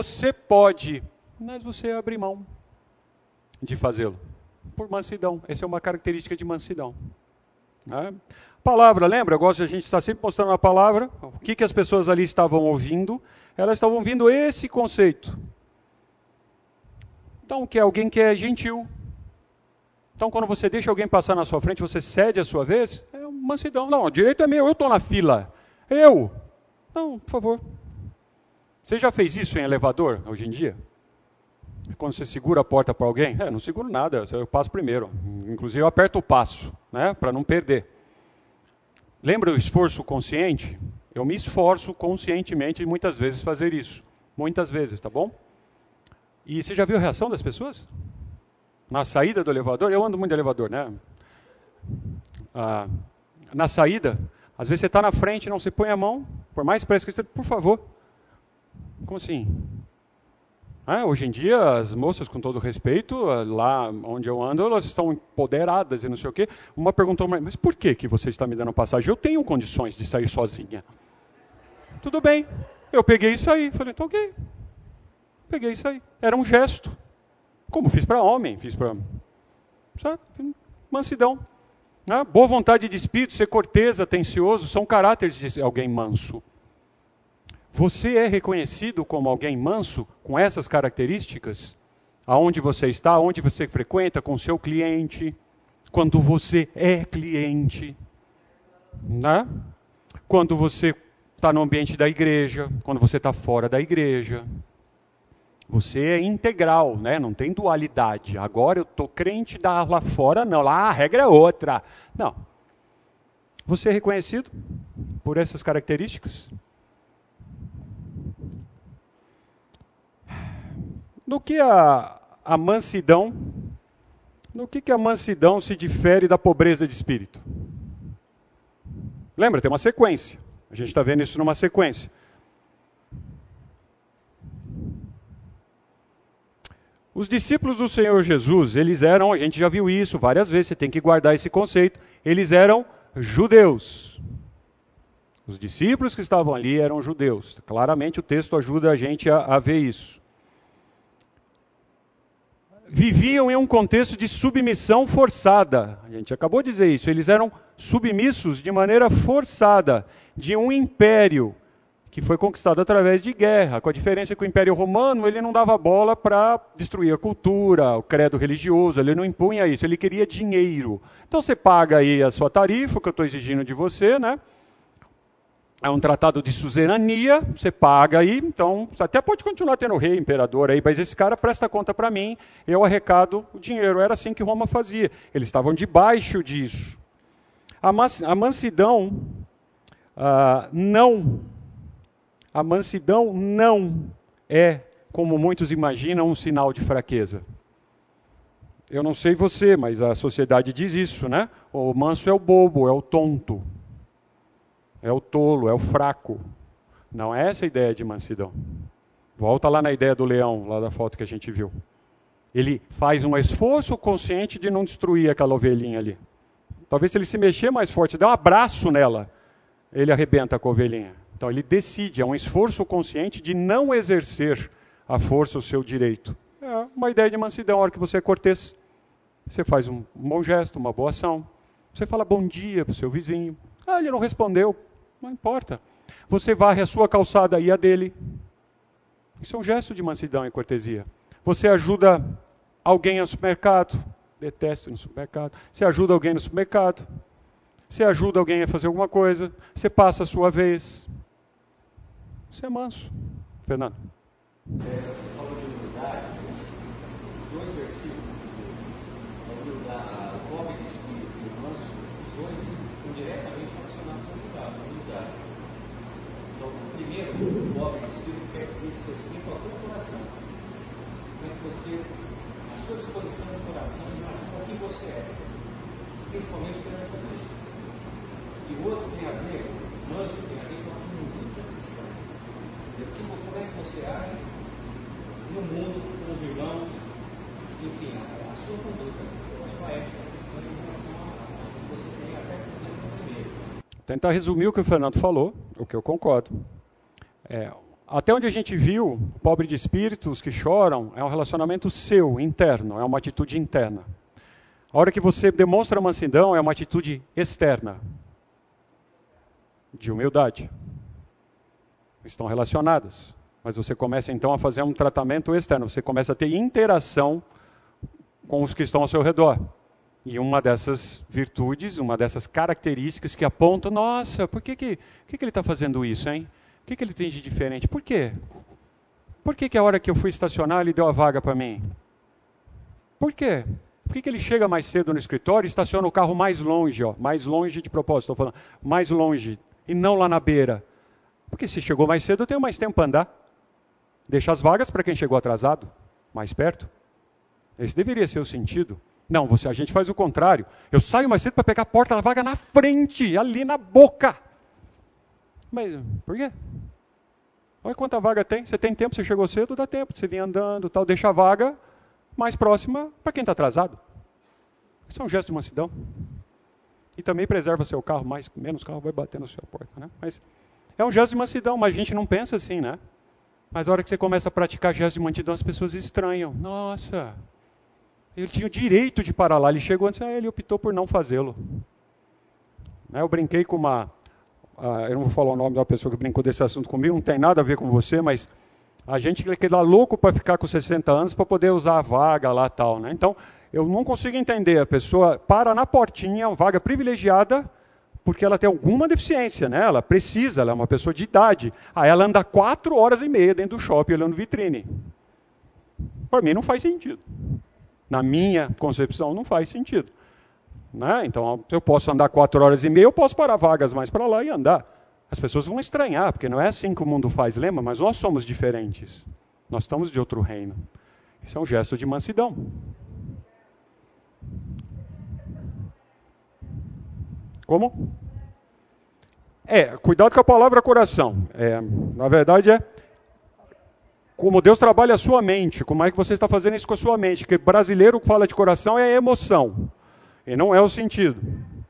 mas você abre mão de fazê-lo. Por mansidão. Essa é uma característica de mansidão. Né? Palavra, lembra? Eu gosto de a gente estar sempre mostrando a palavra. O que as pessoas ali estavam ouvindo? Elas estavam ouvindo esse conceito. Então, que é alguém que é gentil. Então, quando você deixa alguém passar na sua frente, você cede a sua vez, é uma mansidão. Não, o direito é meu, eu estou na fila. Eu. Não, por favor. Você já fez isso em elevador, hoje em dia? Quando você segura a porta para alguém? Não seguro nada, eu passo primeiro. Inclusive, eu aperto o passo, né, para não perder. Lembra o esforço consciente? Eu me esforço conscientemente muitas vezes fazer isso. Muitas vezes, tá bom? E você já viu a reação das pessoas? Na saída do elevador, eu ando muito de elevador, né? Na saída, às vezes você está na frente, não se põe a mão, por mais pressa que esteja, por favor. Como assim? Hoje em dia, as moças, com todo respeito, lá onde eu ando, elas estão empoderadas e não sei o quê. Uma perguntou, mas por que você está me dando passagem? Eu tenho condições de sair sozinha. Tudo bem. Eu peguei e saí. Falei, então ok. Peguei e saí. Era um gesto. Como fiz para homem, fiz para... Mansidão. Boa vontade de espírito, ser cortês, atencioso, são caráteres de alguém manso. Você é reconhecido como alguém manso, com essas características? Aonde você está, aonde você frequenta, com o seu cliente, quando você é cliente, né? Quando você está no ambiente da igreja, quando você está fora da igreja. Você é integral, né? Não tem dualidade. Agora eu estou crente lá fora, não. Lá a regra é outra. Não. Você é reconhecido por essas características? No que a mansidão se difere da pobreza de espírito? Lembra, tem uma sequência. A gente está vendo isso numa sequência. Os discípulos do Senhor Jesus, eles eram, a gente já viu isso várias vezes, você tem que guardar esse conceito, eles eram judeus. Os discípulos que estavam ali eram judeus. Claramente o texto ajuda a gente a ver isso. Viviam em um contexto de submissão forçada. A gente acabou de dizer isso. Eles eram submissos de maneira forçada de um império que foi conquistado através de guerra. Com a diferença que o Império Romano, ele não dava bola para destruir a cultura, o credo religioso, ele não impunha isso, ele queria dinheiro. Então você paga aí a sua tarifa, que eu estou exigindo de você, né? É um tratado de suzerania, você paga aí, então você até pode continuar tendo rei, imperador aí, mas esse cara presta conta para mim, eu arrecado o dinheiro. Era assim que Roma fazia. Eles estavam debaixo disso. A mansidão não é, como muitos imaginam, um sinal de fraqueza. Eu não sei você, mas a sociedade diz isso, né? O manso é o bobo, é o tonto. É o tolo, é o fraco. Não é essa a ideia de mansidão. Volta lá na ideia do leão, lá da foto que a gente viu. Ele faz um esforço consciente de não destruir aquela ovelhinha ali. Talvez se ele se mexer mais forte, der um abraço nela, ele arrebenta com a ovelhinha. Então ele decide, é um esforço consciente de não exercer a força, o seu direito. É uma ideia de mansidão. A hora que você é cortês, você faz um bom gesto, uma boa ação. Você fala bom dia para o seu vizinho. Ele não respondeu. Não importa. Você varre a sua calçada e a dele. Isso é um gesto de mansidão e cortesia. Você ajuda alguém no supermercado. Detesto ir no supermercado. Você ajuda alguém no supermercado. Você ajuda alguém a fazer alguma coisa, você passa a sua vez. Você é manso. Fernando. Você falou de humildade, os dois versículos, o pobre de espírito e o manso, os dois estão diretamente relacionados à humildade. Então, primeiro, o pobre de espírito quer que esse respeito ao teu coração. Como é que você, a sua disposição de coração em relação ao que você é, principalmente perante a Deus. E o outro tem a ver, o manso tem a ver com a conduta cristã. Como é que você age no mundo, com os irmãos, enfim, a sua conduta, a sua ética cristã em relação ao que você tem até dentro do primeiro. Tentar resumir o que o Fernando falou, o que eu concordo. Até onde a gente viu, o pobre de espírito, os que choram, é um relacionamento seu, interno, é uma atitude interna. A hora que você demonstra mansidão, é uma atitude externa, de humildade. Estão relacionados. Mas você começa então a fazer um tratamento externo, você começa a ter interação com os que estão ao seu redor. E uma dessas virtudes, uma dessas características que apontam, nossa, por que ele está fazendo isso, hein? O que ele tem de diferente? Por quê? Por que a hora que eu fui estacionar ele deu a vaga para mim? Por quê? Por que ele chega mais cedo no escritório e estaciona o carro mais longe, mais longe de propósito, estou falando, mais longe, e não lá na beira? Porque se chegou mais cedo, eu tenho mais tempo para andar. Deixa as vagas para quem chegou atrasado, mais perto. Esse deveria ser o sentido. Não, a gente faz o contrário. Eu saio mais cedo para pegar a porta da vaga na frente, ali na boca. Mas por quê? Olha quanta vaga tem. Você tem tempo, você chegou cedo, dá tempo. Você vem andando, tal, deixa a vaga mais próxima para quem está atrasado. Isso é um gesto de mansidão. E também preserva seu carro, menos carro vai bater na sua porta, né? Mas é um gesto de mansidão, mas a gente não pensa assim, né? Mas a hora que você começa a praticar gesto de mansidão, as pessoas estranham. Nossa, ele tinha o direito de parar lá. Ele chegou antes, ele optou por não fazê-lo. Eu brinquei com eu não vou falar o nome da pessoa que brincou desse assunto comigo, não tem nada a ver com você, mas a gente que lá louco para ficar com 60 anos para poder usar a vaga lá e tal, né? Então, eu não consigo entender. A pessoa para na portinha, uma vaga privilegiada, porque ela tem alguma deficiência, né? Ela precisa, ela é uma pessoa de idade. Aí ela anda 4h30 dentro do shopping olhando vitrine. Para mim não faz sentido. Na minha concepção não faz sentido. Né? Então, se eu posso andar 4h30, eu posso parar vagas mais para lá e andar. As pessoas vão estranhar, porque não é assim que o mundo faz, lembra? Mas nós somos diferentes. Nós estamos de outro reino. Isso é um gesto de mansidão. Como? Cuidado com a palavra coração. Na verdade como Deus trabalha a sua mente, como é que você está fazendo isso com a sua mente, porque brasileiro que fala de coração é emoção, e não é o sentido.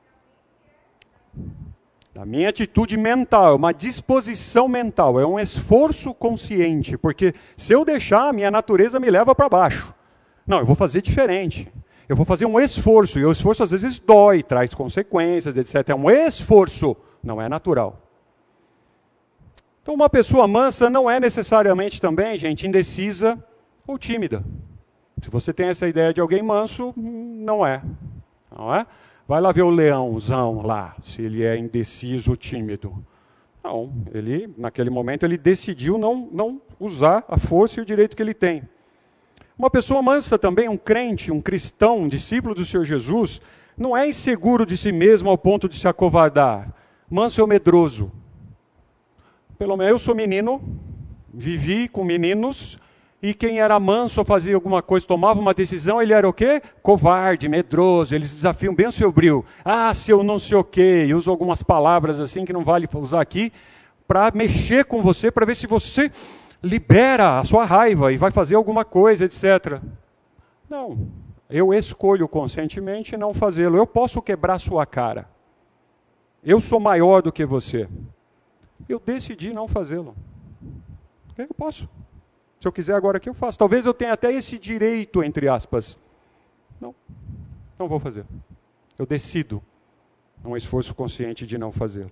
A minha atitude mental, uma disposição mental, é um esforço consciente, porque se eu deixar, a minha natureza me leva para baixo. Não, eu vou fazer diferente. Eu vou fazer um esforço, e o esforço às vezes dói, traz consequências, etc. É um esforço, não é natural. Então uma pessoa mansa não é necessariamente também, gente, indecisa ou tímida. Se você tem essa ideia de alguém manso, não é. Não é? Vai lá ver o leãozão lá, se ele é indeciso ou tímido. Não, naquele momento, ele decidiu não usar a força e o direito que ele tem. Uma pessoa mansa também, um crente, um cristão, um discípulo do Senhor Jesus, não é inseguro de si mesmo ao ponto de se acovardar. Manso é o medroso. Pelo menos eu sou menino, vivi com meninos, e quem era manso ou fazia alguma coisa, tomava uma decisão, ele era o quê? Covarde, medroso, eles desafiam bem o seu brio. Se eu não sei o quê, e uso algumas palavras assim que não vale usar aqui, para mexer com você, para ver se você libera a sua raiva e vai fazer alguma coisa, etc. Não, eu escolho conscientemente não fazê-lo. Eu posso quebrar sua cara. Eu sou maior do que você. Eu decidi não fazê-lo. Eu posso. Se eu quiser agora aqui, eu faço. Talvez eu tenha até esse direito, entre aspas. Não vou fazer. Eu decido. É um esforço consciente de não fazê-lo.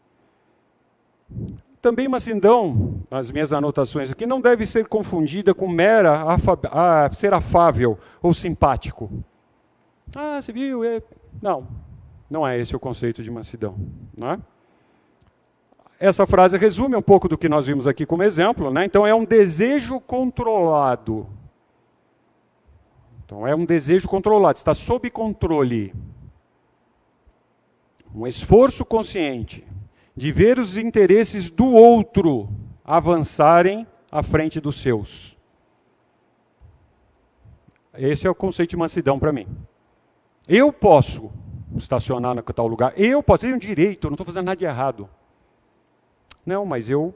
Também mansidão, nas minhas anotações aqui, não deve ser confundida com ser afável ou simpático. Você viu? Não. Não é esse o conceito de mansidão, não é? Essa frase resume um pouco do que nós vimos aqui como exemplo, né? Então é um desejo controlado. Então é um desejo controlado, está sob controle. Um esforço consciente de ver os interesses do outro avançarem à frente dos seus. Esse é o conceito de mansidão para mim. Eu posso estacionar no tal lugar, eu tenho direito, eu não estou fazendo nada de errado. Não, mas eu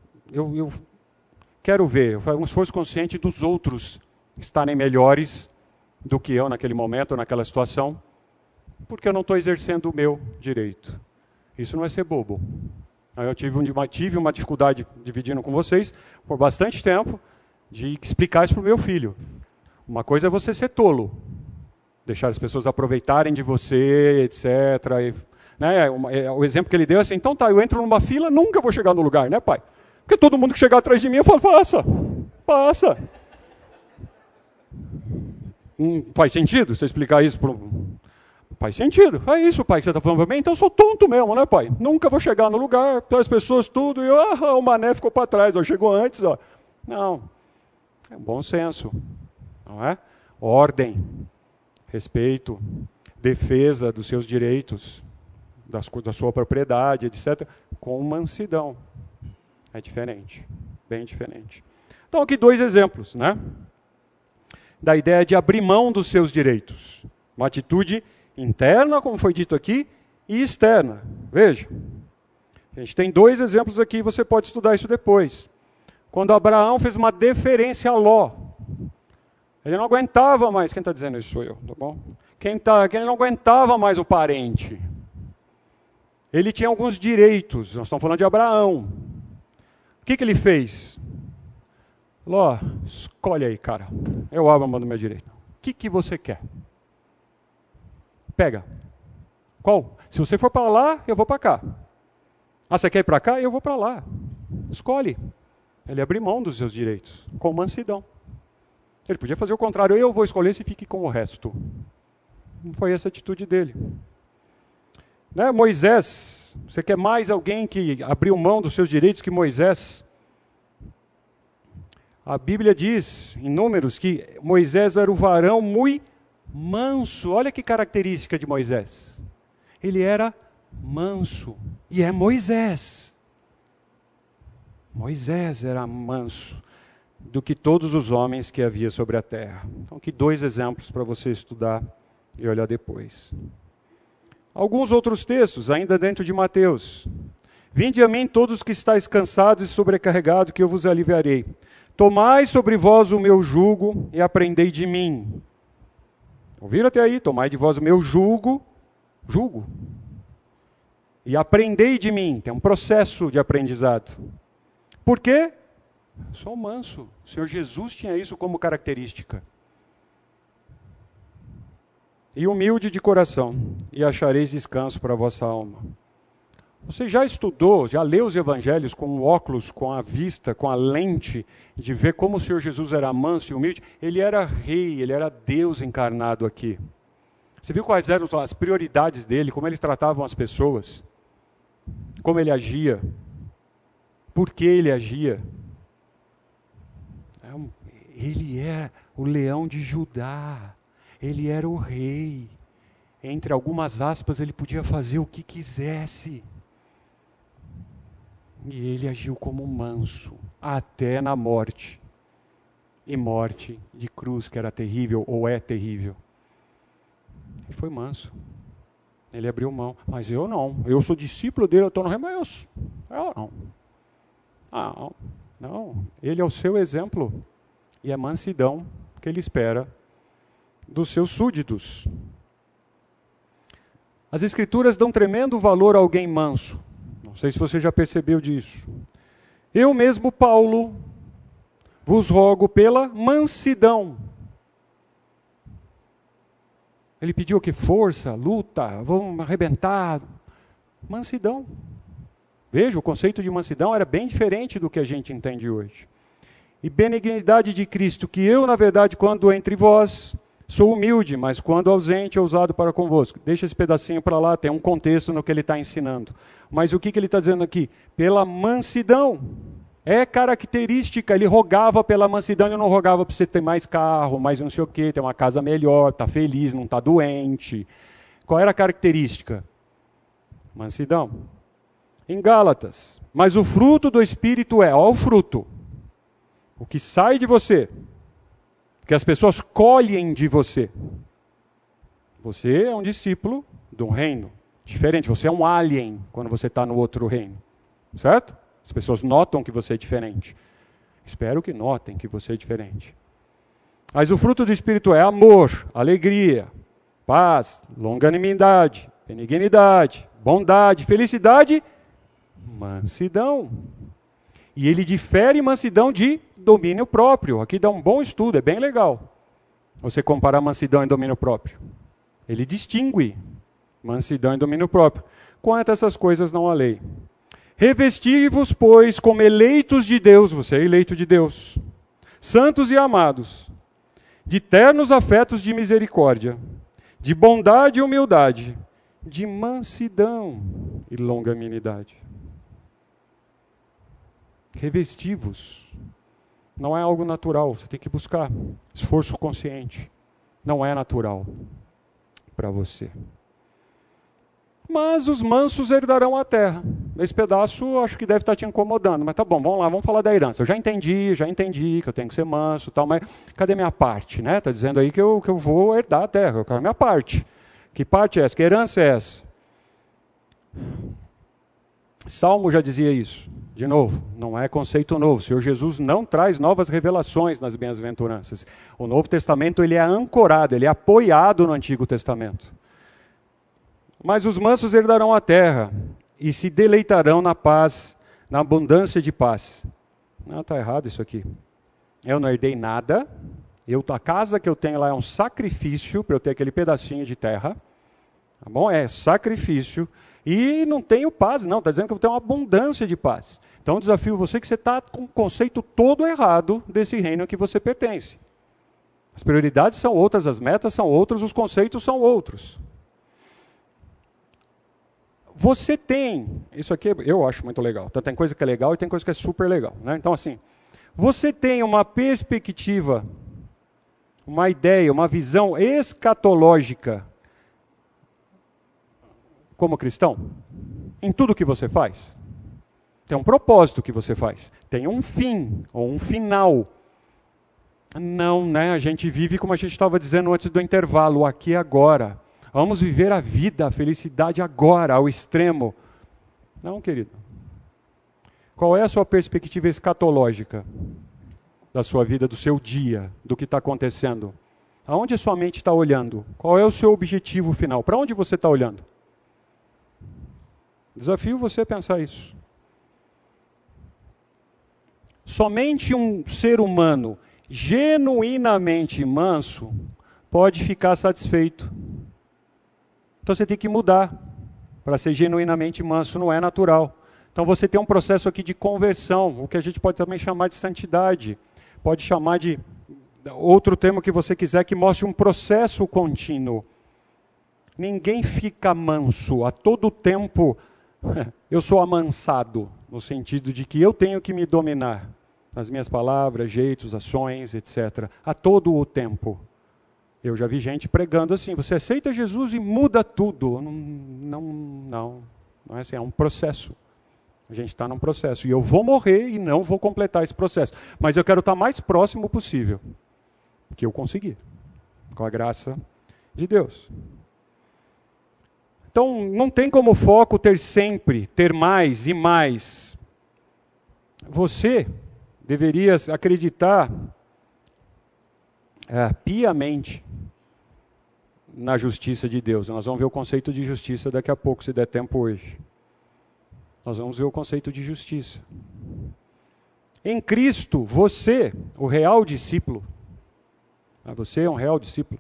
quero ver, um esforço consciente dos outros estarem melhores do que eu naquele momento, naquela situação, porque eu não estou exercendo o meu direito. Isso não é ser bobo. Eu tive uma dificuldade dividindo com vocês por bastante tempo de explicar isso para o meu filho. Uma coisa é você ser tolo, deixar as pessoas aproveitarem de você, etc. Né? O exemplo que ele deu é assim, então tá, eu entro numa fila, nunca vou chegar no lugar, né, pai? Porque todo mundo que chegar atrás de mim, eu falo, passa. Faz sentido você explicar isso para Faz sentido. É isso, pai, que você está falando para mim? Então eu sou tonto mesmo, né, pai? Nunca vou chegar no lugar, então as pessoas tudo, e o mané ficou para trás, chegou antes. Ó. Não, é bom senso, não é? Ordem, respeito, defesa dos seus direitos, da sua propriedade, etc., com mansidão. É diferente, bem diferente. Então aqui 2 exemplos, né? Da ideia de abrir mão dos seus direitos. Uma atitude interna, como foi dito aqui, e externa. Veja, a gente tem 2 exemplos aqui, você pode estudar isso depois. Quando Abraão fez uma deferência a Ló, ele não aguentava mais, quem está dizendo isso sou eu, tá bom? Quem não aguentava mais o parente. Ele tinha alguns direitos, nós estamos falando de Abraão. O que ele fez? Ló, escolhe aí, cara, eu abro a mão do meu direito. O que você quer? Pega. Qual? Se você for para lá, eu vou para cá. Ah, você quer ir para cá? Eu vou para lá. Escolhe. Ele abriu mão dos seus direitos, com mansidão. Ele podia fazer o contrário, eu vou escolher, se fique com o resto. Não foi essa a atitude dele. Né? Moisés, você quer mais alguém que abriu mão dos seus direitos que Moisés? A Bíblia diz, em Números, que Moisés era o varão muito manso. Olha que característica de Moisés. Ele era manso. E é Moisés. Moisés era manso do que todos os homens que havia sobre a terra. Então, aqui 2 exemplos para você estudar e olhar depois. Alguns outros textos, ainda dentro de Mateus. Vinde a mim todos os que estáis cansados e sobrecarregados, que eu vos aliviarei. Tomai sobre vós o meu jugo e aprendei de mim. Ouviram até aí? Tomai de vós o meu jugo, e aprendei de mim. Tem um processo de aprendizado. Por quê? Eu sou manso. O Senhor Jesus tinha isso como característica. E humilde de coração, e achareis descanso para a vossa alma. Você já estudou, já leu os evangelhos com o óculos, com a vista, com a lente, de ver como o Senhor Jesus era manso e humilde? Ele era rei, ele era Deus encarnado aqui. Você viu quais eram as prioridades dele, como eles tratavam as pessoas? Como ele agia? Por que ele agia? Ele era o leão de Judá, ele era o rei. Entre algumas aspas, ele podia fazer o que quisesse. E ele agiu como manso, até na morte. E morte de cruz, que era terrível, ou é terrível. Ele foi manso. Ele abriu mão. Mas eu não. Eu sou discípulo dele, eu estou no reino, mas eu não. Não. Ele é o seu exemplo. E a mansidão que ele espera dos seus súditos. As Escrituras dão tremendo valor a alguém manso. Não sei se você já percebeu disso. Eu mesmo, Paulo, vos rogo pela mansidão. Ele pediu o que? Força, luta, vamos arrebentar. Mansidão. Veja, o conceito de mansidão era bem diferente do que a gente entende hoje. E benignidade de Cristo, que eu, na verdade, quando entre vós, Sou humilde, mas quando ausente, ousado para convosco. Deixa esse pedacinho para lá, tem um contexto no que ele está ensinando. Mas o que ele está dizendo aqui? Pela mansidão. É característica, ele rogava pela mansidão, ele não rogava para você ter mais carro, mais não sei o quê, ter uma casa melhor, estar feliz, não estar doente. Qual era a característica? Mansidão. Em Gálatas, mas o fruto do Espírito é, ó o fruto, o que sai de você, que as pessoas colhem de você. Você é um discípulo de um reino diferente, você é um alien quando você está no outro reino, certo? As pessoas notam que você é diferente. Espero que notem que você é diferente. Mas o fruto do Espírito é amor, alegria, paz, longanimidade, benignidade, bondade, felicidade, mansidão. E ele difere mansidão de domínio próprio. Aqui dá um bom estudo, é bem legal. Você comparar mansidão e domínio próprio. Ele distingue mansidão e domínio próprio. Quanto a essas coisas não há lei. Revesti-vos, pois, como eleitos de Deus, você é eleito de Deus, santos e amados, de ternos afetos de misericórdia, de bondade e humildade, de mansidão e longanimidade. Revesti-vos. Não é algo natural, você tem que buscar. Esforço consciente. Não é natural para você. Mas os mansos herdarão a terra. Esse pedaço acho que deve estar te incomodando, mas tá bom, vamos lá, vamos falar da herança. Eu já entendi que eu tenho que ser manso e tal, mas cadê minha parte? Né? Está dizendo aí que eu vou herdar a terra, eu quero a minha parte. Que parte é essa? Que herança é essa? Salmo já dizia isso. De novo, não é conceito novo. O Senhor Jesus não traz novas revelações nas bem-aventuranças. O Novo Testamento ele é ancorado, ele é apoiado no Antigo Testamento. Mas os mansos herdarão a terra e se deleitarão na paz, na abundância de paz. Não, está errado isso aqui. Eu não herdei nada. A casa que eu tenho lá é um sacrifício para eu ter aquele pedacinho de terra. Tá bom? É sacrifício. E não tenho paz, não. Está dizendo que eu vou ter uma abundância de paz. Então, desafio você que você está com o conceito todo errado desse reino que você pertence. As prioridades são outras, as metas são outras, os conceitos são outros. Você tem, isso aqui eu acho muito legal. Então, tem coisa que é legal e tem coisa que é super legal. Né? Então, assim, você tem uma perspectiva, uma ideia, uma visão escatológica como cristão, em tudo que você faz. Tem um propósito que você faz. Tem um fim, ou um final. Não, né? A gente vive como a gente estava dizendo antes do intervalo, aqui e agora. Vamos viver a vida, a felicidade agora, ao extremo. Não, querido. Qual é a sua perspectiva escatológica da sua vida, do seu dia, do que está acontecendo? Aonde a sua mente está olhando? Qual é o seu objetivo final? Para onde você está olhando? Desafio você a pensar isso. Somente um ser humano genuinamente manso pode ficar satisfeito. Então você tem que mudar para ser genuinamente manso, não é natural. Então você tem um processo aqui de conversão, o que a gente pode também chamar de santidade. Pode chamar de outro termo que você quiser, que mostre um processo contínuo. Ninguém fica manso a todo tempo. Eu sou amansado, no sentido de que eu tenho que me dominar nas minhas palavras, jeitos, ações, etc. A todo o tempo. Eu já vi gente pregando assim, você aceita Jesus e muda tudo. Não é assim, é um processo. A gente está num processo. E eu vou morrer e não vou completar esse processo. Mas eu quero estar mais próximo possível. Que eu conseguir. Com a graça de Deus. Então, não tem como foco ter mais e mais. Você deveria acreditar piamente na justiça de Deus. Nós vamos ver o conceito de justiça daqui a pouco, se der tempo hoje. Nós vamos ver o conceito de justiça. Em Cristo, você, o real discípulo, você é um real discípulo,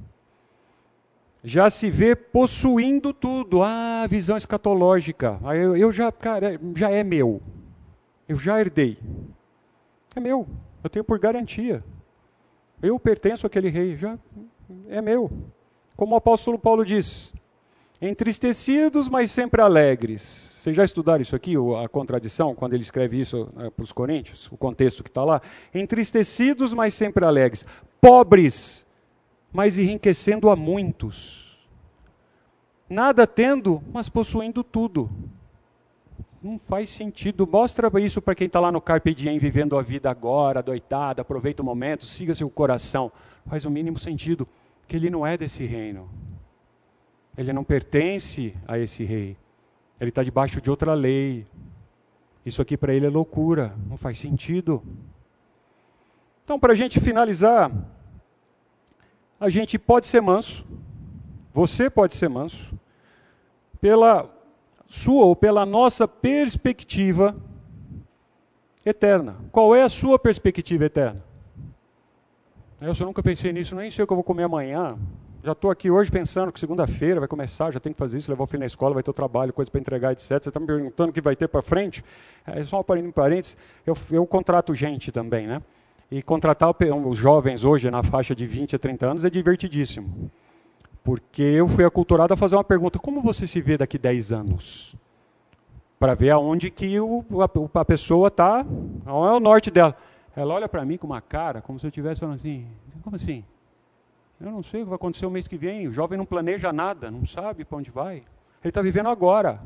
já se vê possuindo tudo. Visão escatológica. Já é meu. Eu já herdei. É meu. Eu tenho por garantia. Eu pertenço àquele rei. é meu. Como o apóstolo Paulo diz, entristecidos, mas sempre alegres. Vocês já estudaram isso aqui, a contradição, quando ele escreve isso para os Coríntios, o contexto que está lá? Entristecidos, mas sempre alegres. Pobres, mas enriquecendo a muitos. Nada tendo, mas possuindo tudo. Não faz sentido. Mostra isso para quem está lá no Carpe Diem, vivendo a vida agora, doitada, aproveita o momento, siga seu coração. Faz o mínimo sentido, que ele não é desse reino. Ele não pertence a esse rei. Ele está debaixo de outra lei. Isso aqui para ele é loucura, não faz sentido. Então, para a gente finalizar, a gente pode ser manso, você pode ser manso, pela sua ou pela nossa perspectiva eterna. Qual é a sua perspectiva eterna? Eu nunca pensei nisso, nem sei o que eu vou comer amanhã. Já estou aqui hoje pensando que segunda-feira vai começar, já tem que fazer isso, levar o filho na escola, vai ter o trabalho, coisa para entregar, etc. Você está me perguntando o que vai ter para frente? É só um parênteses, eu contrato gente também, né? E contratar os jovens hoje na faixa de 20 a 30 anos é divertidíssimo. Porque eu fui aculturado a fazer uma pergunta, como você se vê daqui 10 anos? Para ver aonde que a pessoa está, qual é o norte dela. Ela olha para mim com uma cara, como se eu estivesse falando assim, como assim? Eu não sei o que vai acontecer o mês que vem. O jovem não planeja nada, não sabe para onde vai. Ele está vivendo agora.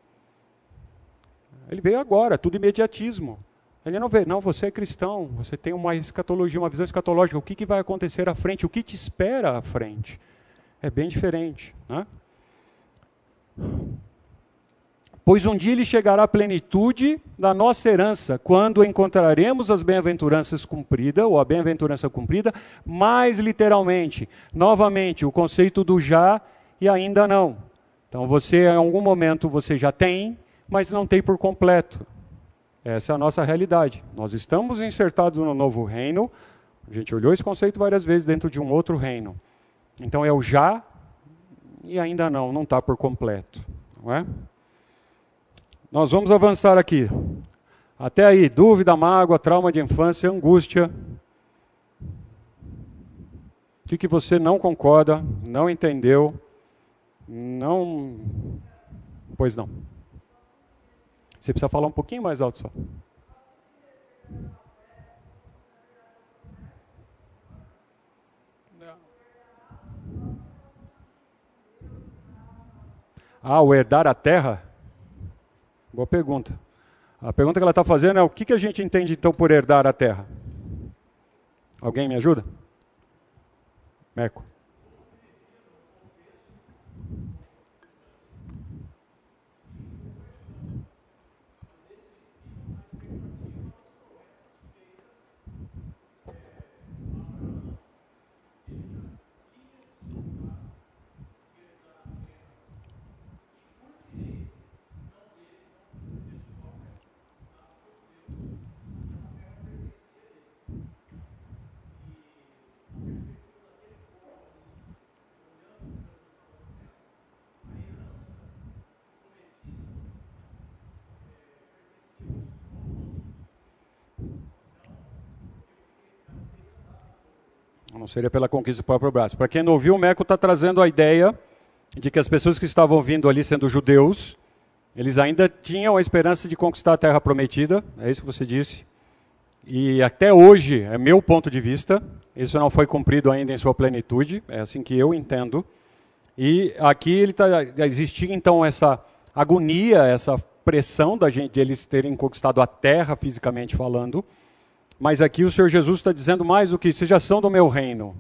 Ele veio agora, tudo imediatismo. Ele não vê, não, você é cristão, você tem uma escatologia, uma visão escatológica. O que vai acontecer à frente? O que te espera à frente? É bem diferente, né? Pois um dia ele chegará à plenitude da nossa herança, quando encontraremos as bem-aventuranças cumpridas, ou a bem-aventurança cumprida, mais literalmente, novamente, o conceito do já e ainda não. Então você, em algum momento, você já tem, mas não tem por completo. Essa é a nossa realidade. Nós estamos insertados no novo reino, a gente olhou esse conceito várias vezes dentro de um outro reino. Então é o já e ainda não está por completo, não é? Nós vamos avançar aqui. Até aí, dúvida, mágoa, trauma de infância, angústia. O que você não concorda, não entendeu, não... Pois não. Você precisa falar um pouquinho mais alto só. O herdar a terra? Boa pergunta. A pergunta que ela está fazendo é o que a gente entende então por herdar a terra? Alguém me ajuda? Meco. Não seria pela conquista do próprio braço. Para quem não ouviu, o Meco está trazendo a ideia de que as pessoas que estavam vindo ali sendo judeus, eles ainda tinham a esperança de conquistar a terra prometida, é isso que você disse. E até hoje, é meu ponto de vista, isso não foi cumprido ainda em sua plenitude, é assim que eu entendo. E aqui ele existia então essa agonia, essa pressão da gente, de eles terem conquistado a terra fisicamente falando. Mas aqui o Senhor Jesus está dizendo mais do que, vocês já são do meu reino,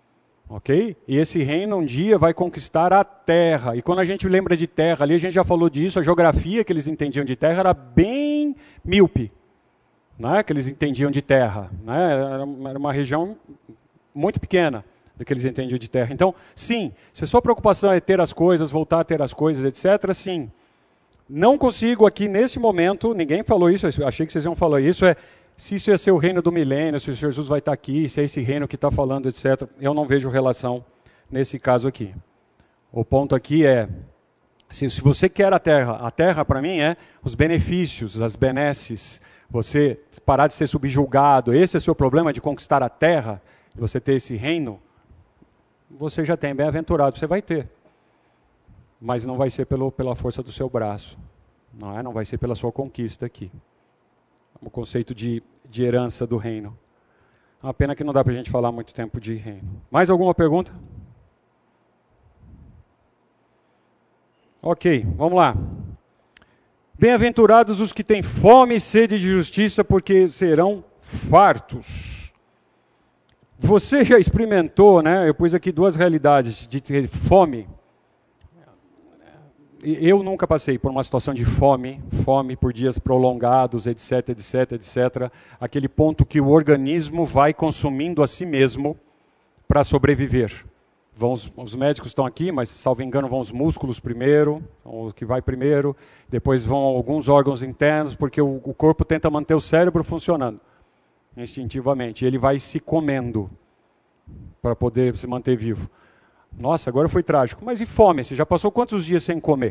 ok? E esse reino um dia vai conquistar a terra. E quando a gente lembra de terra, ali a gente já falou disso, a geografia que eles entendiam de terra era bem míope, né? Que eles entendiam de terra, né? Era uma região muito pequena do que eles entendiam de terra. Então, sim, se a sua preocupação é ter as coisas, voltar a ter as coisas, etc., sim. Não consigo aqui nesse momento, ninguém falou isso, eu achei que vocês iam falar isso, se isso ia ser o reino do milênio, se o Senhor Jesus vai estar aqui, se é esse reino que está falando, etc. Eu não vejo relação nesse caso aqui. O ponto aqui é, se você quer a terra para mim é os benefícios, as benesses, você parar de ser subjugado, esse é o seu problema de conquistar a terra, você ter esse reino, você já tem, bem-aventurado, você vai ter. Mas não vai ser pela força do seu braço. Não vai ser pela sua conquista aqui. O conceito de herança do reino. Uma pena que não dá para a gente falar muito tempo de reino. Mais alguma pergunta? Ok, vamos lá. Bem-aventurados os que têm fome e sede de justiça, porque serão fartos. Você já experimentou, né? Eu pus aqui duas realidades de ter fome. Eu nunca passei por uma situação de fome por dias prolongados, etc, etc, etc. Aquele ponto que o organismo vai consumindo a si mesmo para sobreviver. Os médicos estão aqui, mas, salvo engano, vão os músculos primeiro, o que vai primeiro, depois vão alguns órgãos internos, porque o corpo tenta manter o cérebro funcionando, instintivamente. E ele vai se comendo para poder se manter vivo. Nossa, agora foi trágico. Mas e fome? Você já passou quantos dias sem comer?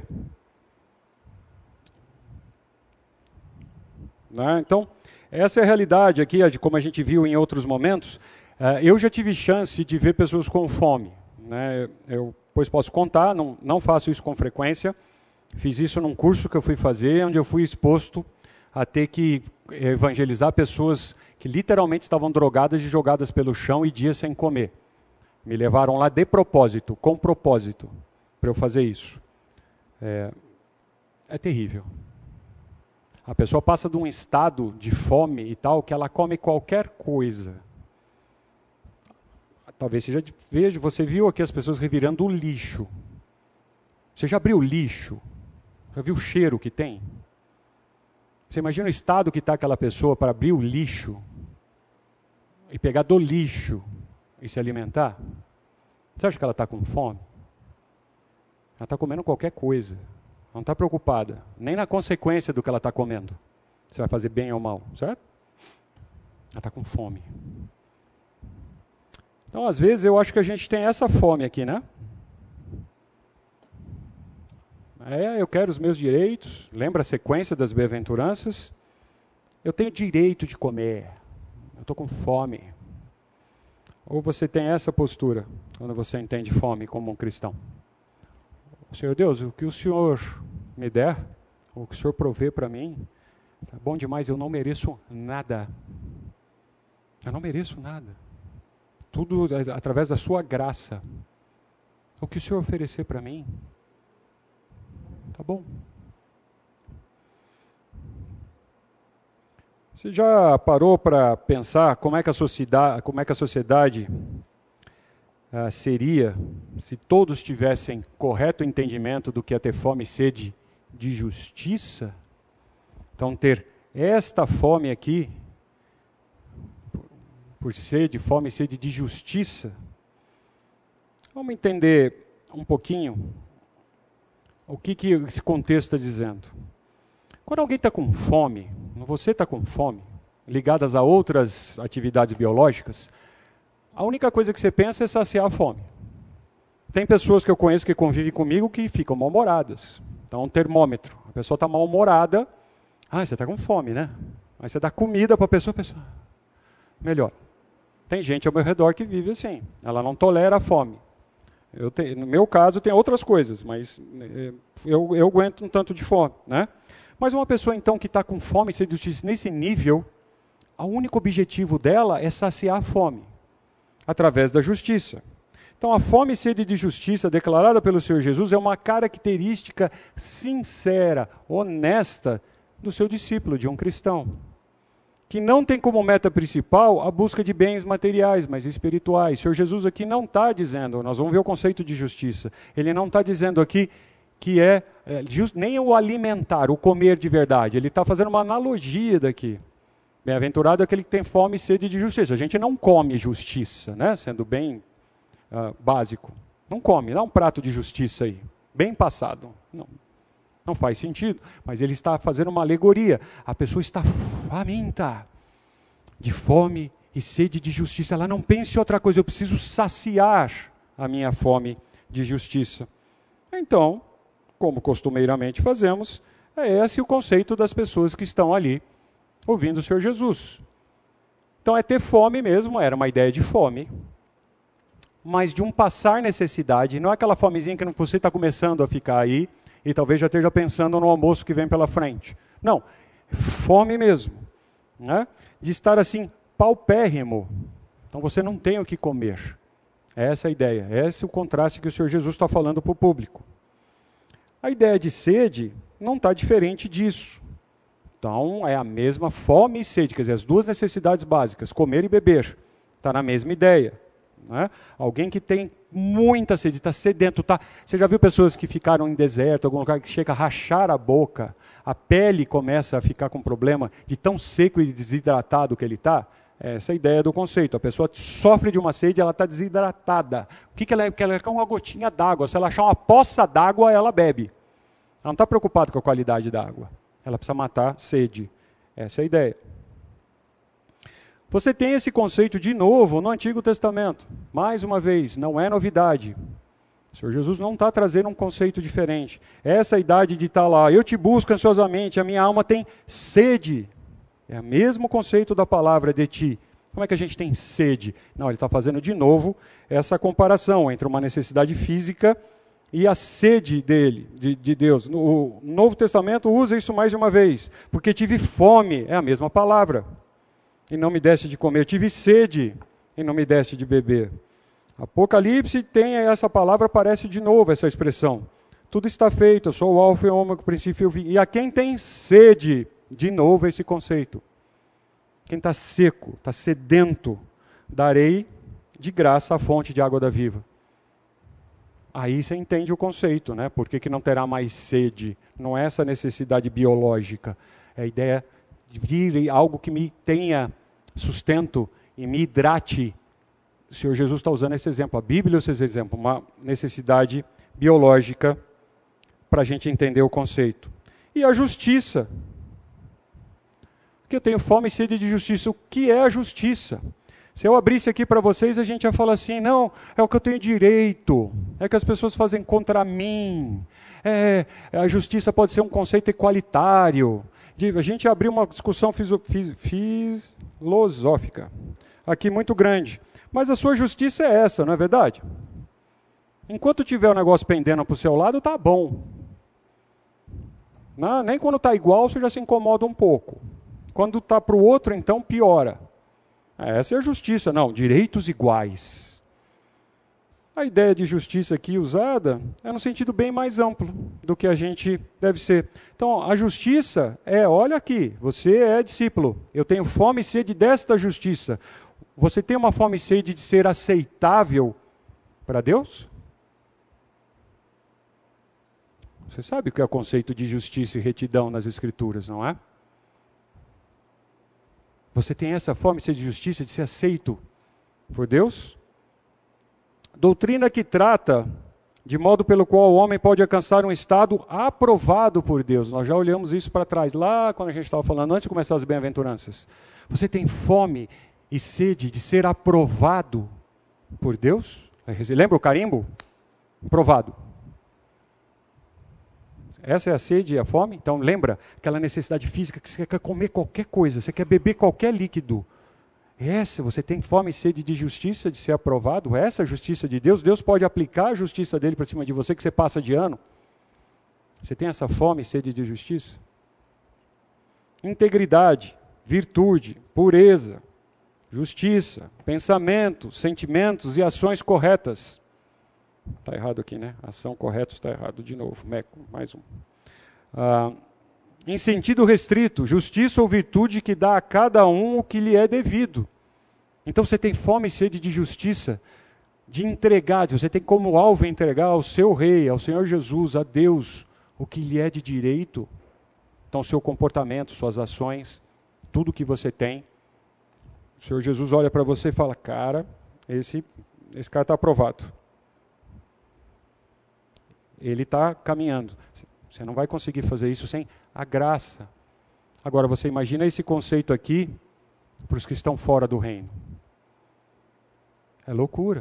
Né? Então, essa é a realidade aqui, como a gente viu em outros momentos. Eu já tive chance de ver pessoas com fome. Né? Eu depois posso contar, não faço isso com frequência. Fiz isso num curso que eu fui fazer, onde eu fui exposto a ter que evangelizar pessoas que literalmente estavam drogadas e jogadas pelo chão e dias sem comer. Me levaram lá de propósito, com propósito, para eu fazer isso. É terrível. A pessoa passa de um estado de fome e tal, que ela come qualquer coisa. Talvez você viu aqui as pessoas revirando o lixo. Você já abriu o lixo? Já viu o cheiro que tem? Você imagina o estado que está aquela pessoa para abrir o lixo e pegar do lixo e se alimentar? Você acha que ela está com fome? Ela está comendo qualquer coisa. Ela não está preocupada, nem na consequência do que ela está comendo. Se vai fazer bem ou mal, certo? Ela está com fome. Então, às vezes, eu acho que a gente tem essa fome aqui, né? Eu quero os meus direitos. Lembra a sequência das bem-aventuranças? Eu tenho direito de comer. Eu estou com fome. Ou você tem essa postura, quando você entende fome como um cristão? Senhor Deus, o que o Senhor me der, o que o Senhor provê para mim, é bom demais, eu não mereço nada. Eu não mereço nada. Tudo através da sua graça. O que o Senhor oferecer para mim, tá bom. Você já parou para pensar como é que a sociedade seria se todos tivessem correto entendimento do que é ter fome e sede de justiça? Então, ter esta fome aqui, por fome e sede de justiça. Vamos entender um pouquinho o que esse contexto está dizendo. Quando alguém está com fome, você está com fome, ligadas a outras atividades biológicas, a única coisa que você pensa é saciar a fome. Tem pessoas que eu conheço que convivem comigo que ficam mal-humoradas. Então, um termômetro. A pessoa está mal-humorada. Você está com fome, né? Aí você dá comida para a pessoa, melhor. Tem gente ao meu redor que vive assim. Ela não tolera a fome. No meu caso, tem outras coisas, mas eu aguento um tanto de fome, né? Mas uma pessoa, então, que está com fome, nesse nível, o único objetivo dela é saciar a fome, através da justiça. Então, a fome e sede de justiça declarada pelo Senhor Jesus é uma característica sincera, honesta, do seu discípulo, de um cristão, que não tem como meta principal a busca de bens materiais, mas espirituais. O Senhor Jesus aqui não está dizendo, nós vamos ver o conceito de justiça, ele não está dizendo aqui que nem o alimentar, o comer de verdade. Ele está fazendo uma analogia daqui. Bem-aventurado é aquele que tem fome e sede de justiça. A gente não come justiça, né? Sendo bem básico. Não come, dá um prato de justiça aí, bem passado. Não faz sentido, mas ele está fazendo uma alegoria. A pessoa está faminta de fome e sede de justiça. Ela não pensa em outra coisa, eu preciso saciar a minha fome de justiça. Então, como costumeiramente fazemos, é esse o conceito das pessoas que estão ali ouvindo o Senhor Jesus. Então é ter fome mesmo, era uma ideia de fome. mas de um passar necessidade. Não é aquela fomezinha que você está começando a ficar aí e talvez já esteja pensando no almoço que vem pela frente. Não, fome mesmo, né? De estar assim, paupérrimo. Então você não tem o que comer. Essa é a ideia, esse é o contraste que o Senhor Jesus está falando para o público. A ideia de sede não está diferente disso. Então é a mesma fome e sede, quer dizer, as duas necessidades básicas, comer e beber. Está na mesma ideia. Né? Alguém que tem muita sede, está sedento. Você já viu pessoas que ficaram em deserto, algum lugar que chega a rachar a boca, a pele começa a ficar com problema de tão seco e desidratado que ele está? Essa é a ideia do conceito. A pessoa sofre de uma sede, ela está desidratada. O que ela é? Porque ela quer uma gotinha d'água. Se ela achar uma poça d'água, ela bebe. Ela não está preocupada com a qualidade da água. Ela precisa matar sede. Essa é a ideia. Você tem esse conceito de novo no Antigo Testamento. Mais uma vez, não é novidade. O Senhor Jesus não está trazendo um conceito diferente. Essa idade de estar lá, eu te busco ansiosamente, a minha alma tem sede. É o mesmo conceito da palavra de ti. Como é que a gente tem sede? Não, ele está fazendo de novo essa comparação entre uma necessidade física e a sede dele, de Deus. O Novo Testamento usa isso mais de uma vez. Porque tive fome, é a mesma palavra. E não me deste de comer. Tive sede e não me deste de beber. Apocalipse tem essa palavra, aparece de novo essa expressão. Tudo está feito, eu sou o alfa e o ômega, o princípio e o fim. E a quem tem sede, de novo esse conceito. Quem está seco, está sedento, darei de graça a fonte de água da viva. Aí você entende o conceito, né? Por que não terá mais sede? Não é essa necessidade biológica. É a ideia de vir algo que me tenha sustento e me hidrate. O Senhor Jesus está usando esse exemplo, a Bíblia usa esse exemplo, uma necessidade biológica para a gente entender o conceito. E a justiça. Porque eu tenho fome e sede de justiça. O que é a justiça? Se eu abrisse aqui para vocês, a gente ia falar assim, não, é o que eu tenho direito, é que as pessoas fazem contra mim. A justiça pode ser um conceito equalitário. A gente abriu uma discussão filosófica aqui muito grande. Mas a sua justiça é essa, não é verdade? Enquanto tiver o negócio pendendo para o seu lado, tá bom. Não, nem quando está igual, você já se incomoda um pouco. Quando está para o outro, então piora. Essa é a justiça, não, direitos iguais. A ideia de justiça aqui usada é no sentido bem mais amplo do que a gente deve ser. Então, a justiça olha aqui, você é discípulo, eu tenho fome e sede desta justiça. Você tem uma fome e sede de ser aceitável para Deus? Você sabe o que é o conceito de justiça e retidão nas Escrituras, não é? Você tem essa fome e sede de justiça, de ser aceito por Deus? Doutrina que trata de modo pelo qual o homem pode alcançar um estado aprovado por Deus. Nós já olhamos isso para trás, lá quando a gente estava falando, antes de começar as bem-aventuranças. Você tem fome e sede de ser aprovado por Deus? Lembra o carimbo? Aprovado. Essa é a sede e a fome? Então lembra aquela necessidade física que você quer comer qualquer coisa, você quer beber qualquer líquido. Você tem fome e sede de justiça, de ser aprovado? Essa é a justiça de Deus? Deus pode aplicar a justiça dele para cima de você, que você passa de ano? Você tem essa fome e sede de justiça? Integridade, virtude, pureza, justiça, pensamento, sentimentos e ações corretas. Está errado aqui, né? Ação correta está errado de novo. Mais um. Em sentido restrito, justiça ou virtude que dá a cada um o que lhe é devido. Então você tem fome e sede de justiça, de entregar, você tem como alvo entregar ao seu rei, ao Senhor Jesus, a Deus, o que lhe é de direito. Então seu comportamento, suas ações, tudo que você tem. O Senhor Jesus olha para você e fala, cara, esse cara está aprovado. Ele está caminhando. Você não vai conseguir fazer isso sem a graça. Agora, você imagina esse conceito aqui para os que estão fora do reino. É loucura.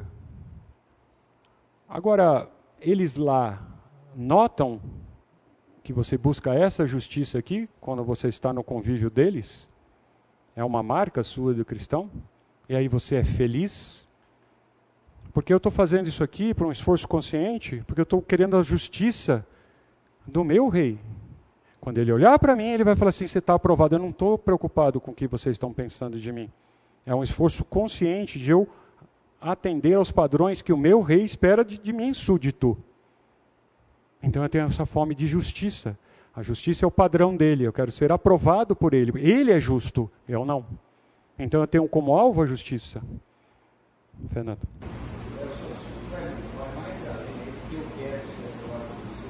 Agora, eles lá notam que você busca essa justiça aqui, quando você está no convívio deles? É uma marca sua do cristão? E aí você é feliz? Porque eu estou fazendo isso aqui por um esforço consciente, porque eu estou querendo a justiça do meu rei. Quando ele olhar para mim, ele vai falar assim, você está aprovado, eu não estou preocupado com o que vocês estão pensando de mim. É um esforço consciente de eu atender aos padrões que o meu rei espera de mim, súdito. Então eu tenho essa fome de justiça. A justiça é o padrão dele, eu quero ser aprovado por ele. Ele é justo, eu não. Então eu tenho como alvo a justiça. Fernando. Vai mais além do que eu quero ser aprovado por isso.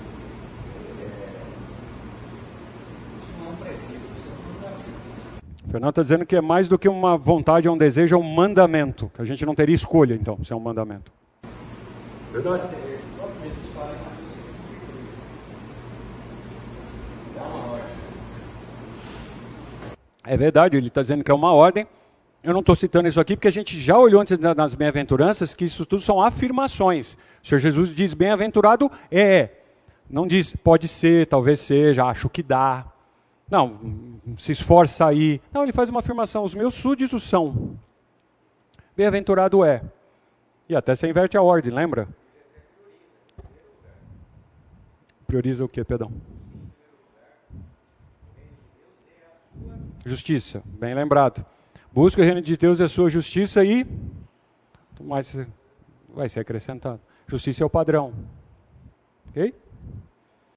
Isso não é um princípio, isso é um mandamento. Fernando está dizendo que é mais do que uma vontade, é um desejo, é um mandamento. Que a gente não teria escolha, então, se é um mandamento. Verdade. O próprio Jesus fala em Mateus 6,33. Dá uma ordem. É verdade, ele está dizendo que é uma ordem. Eu não estou citando isso aqui porque a gente já olhou antes nas bem-aventuranças que isso tudo são afirmações. O Senhor Jesus diz bem-aventurado é. Não diz pode ser, talvez seja, acho que dá. Não, se esforça aí. Não, ele faz uma afirmação. Os meus súditos são. Bem-aventurado é. E até você inverte a ordem, lembra? Prioriza o quê, perdão? Justiça, bem lembrado. Busca o reino de Deus e a sua justiça e mais vai ser acrescentado. Justiça é o padrão. Ok?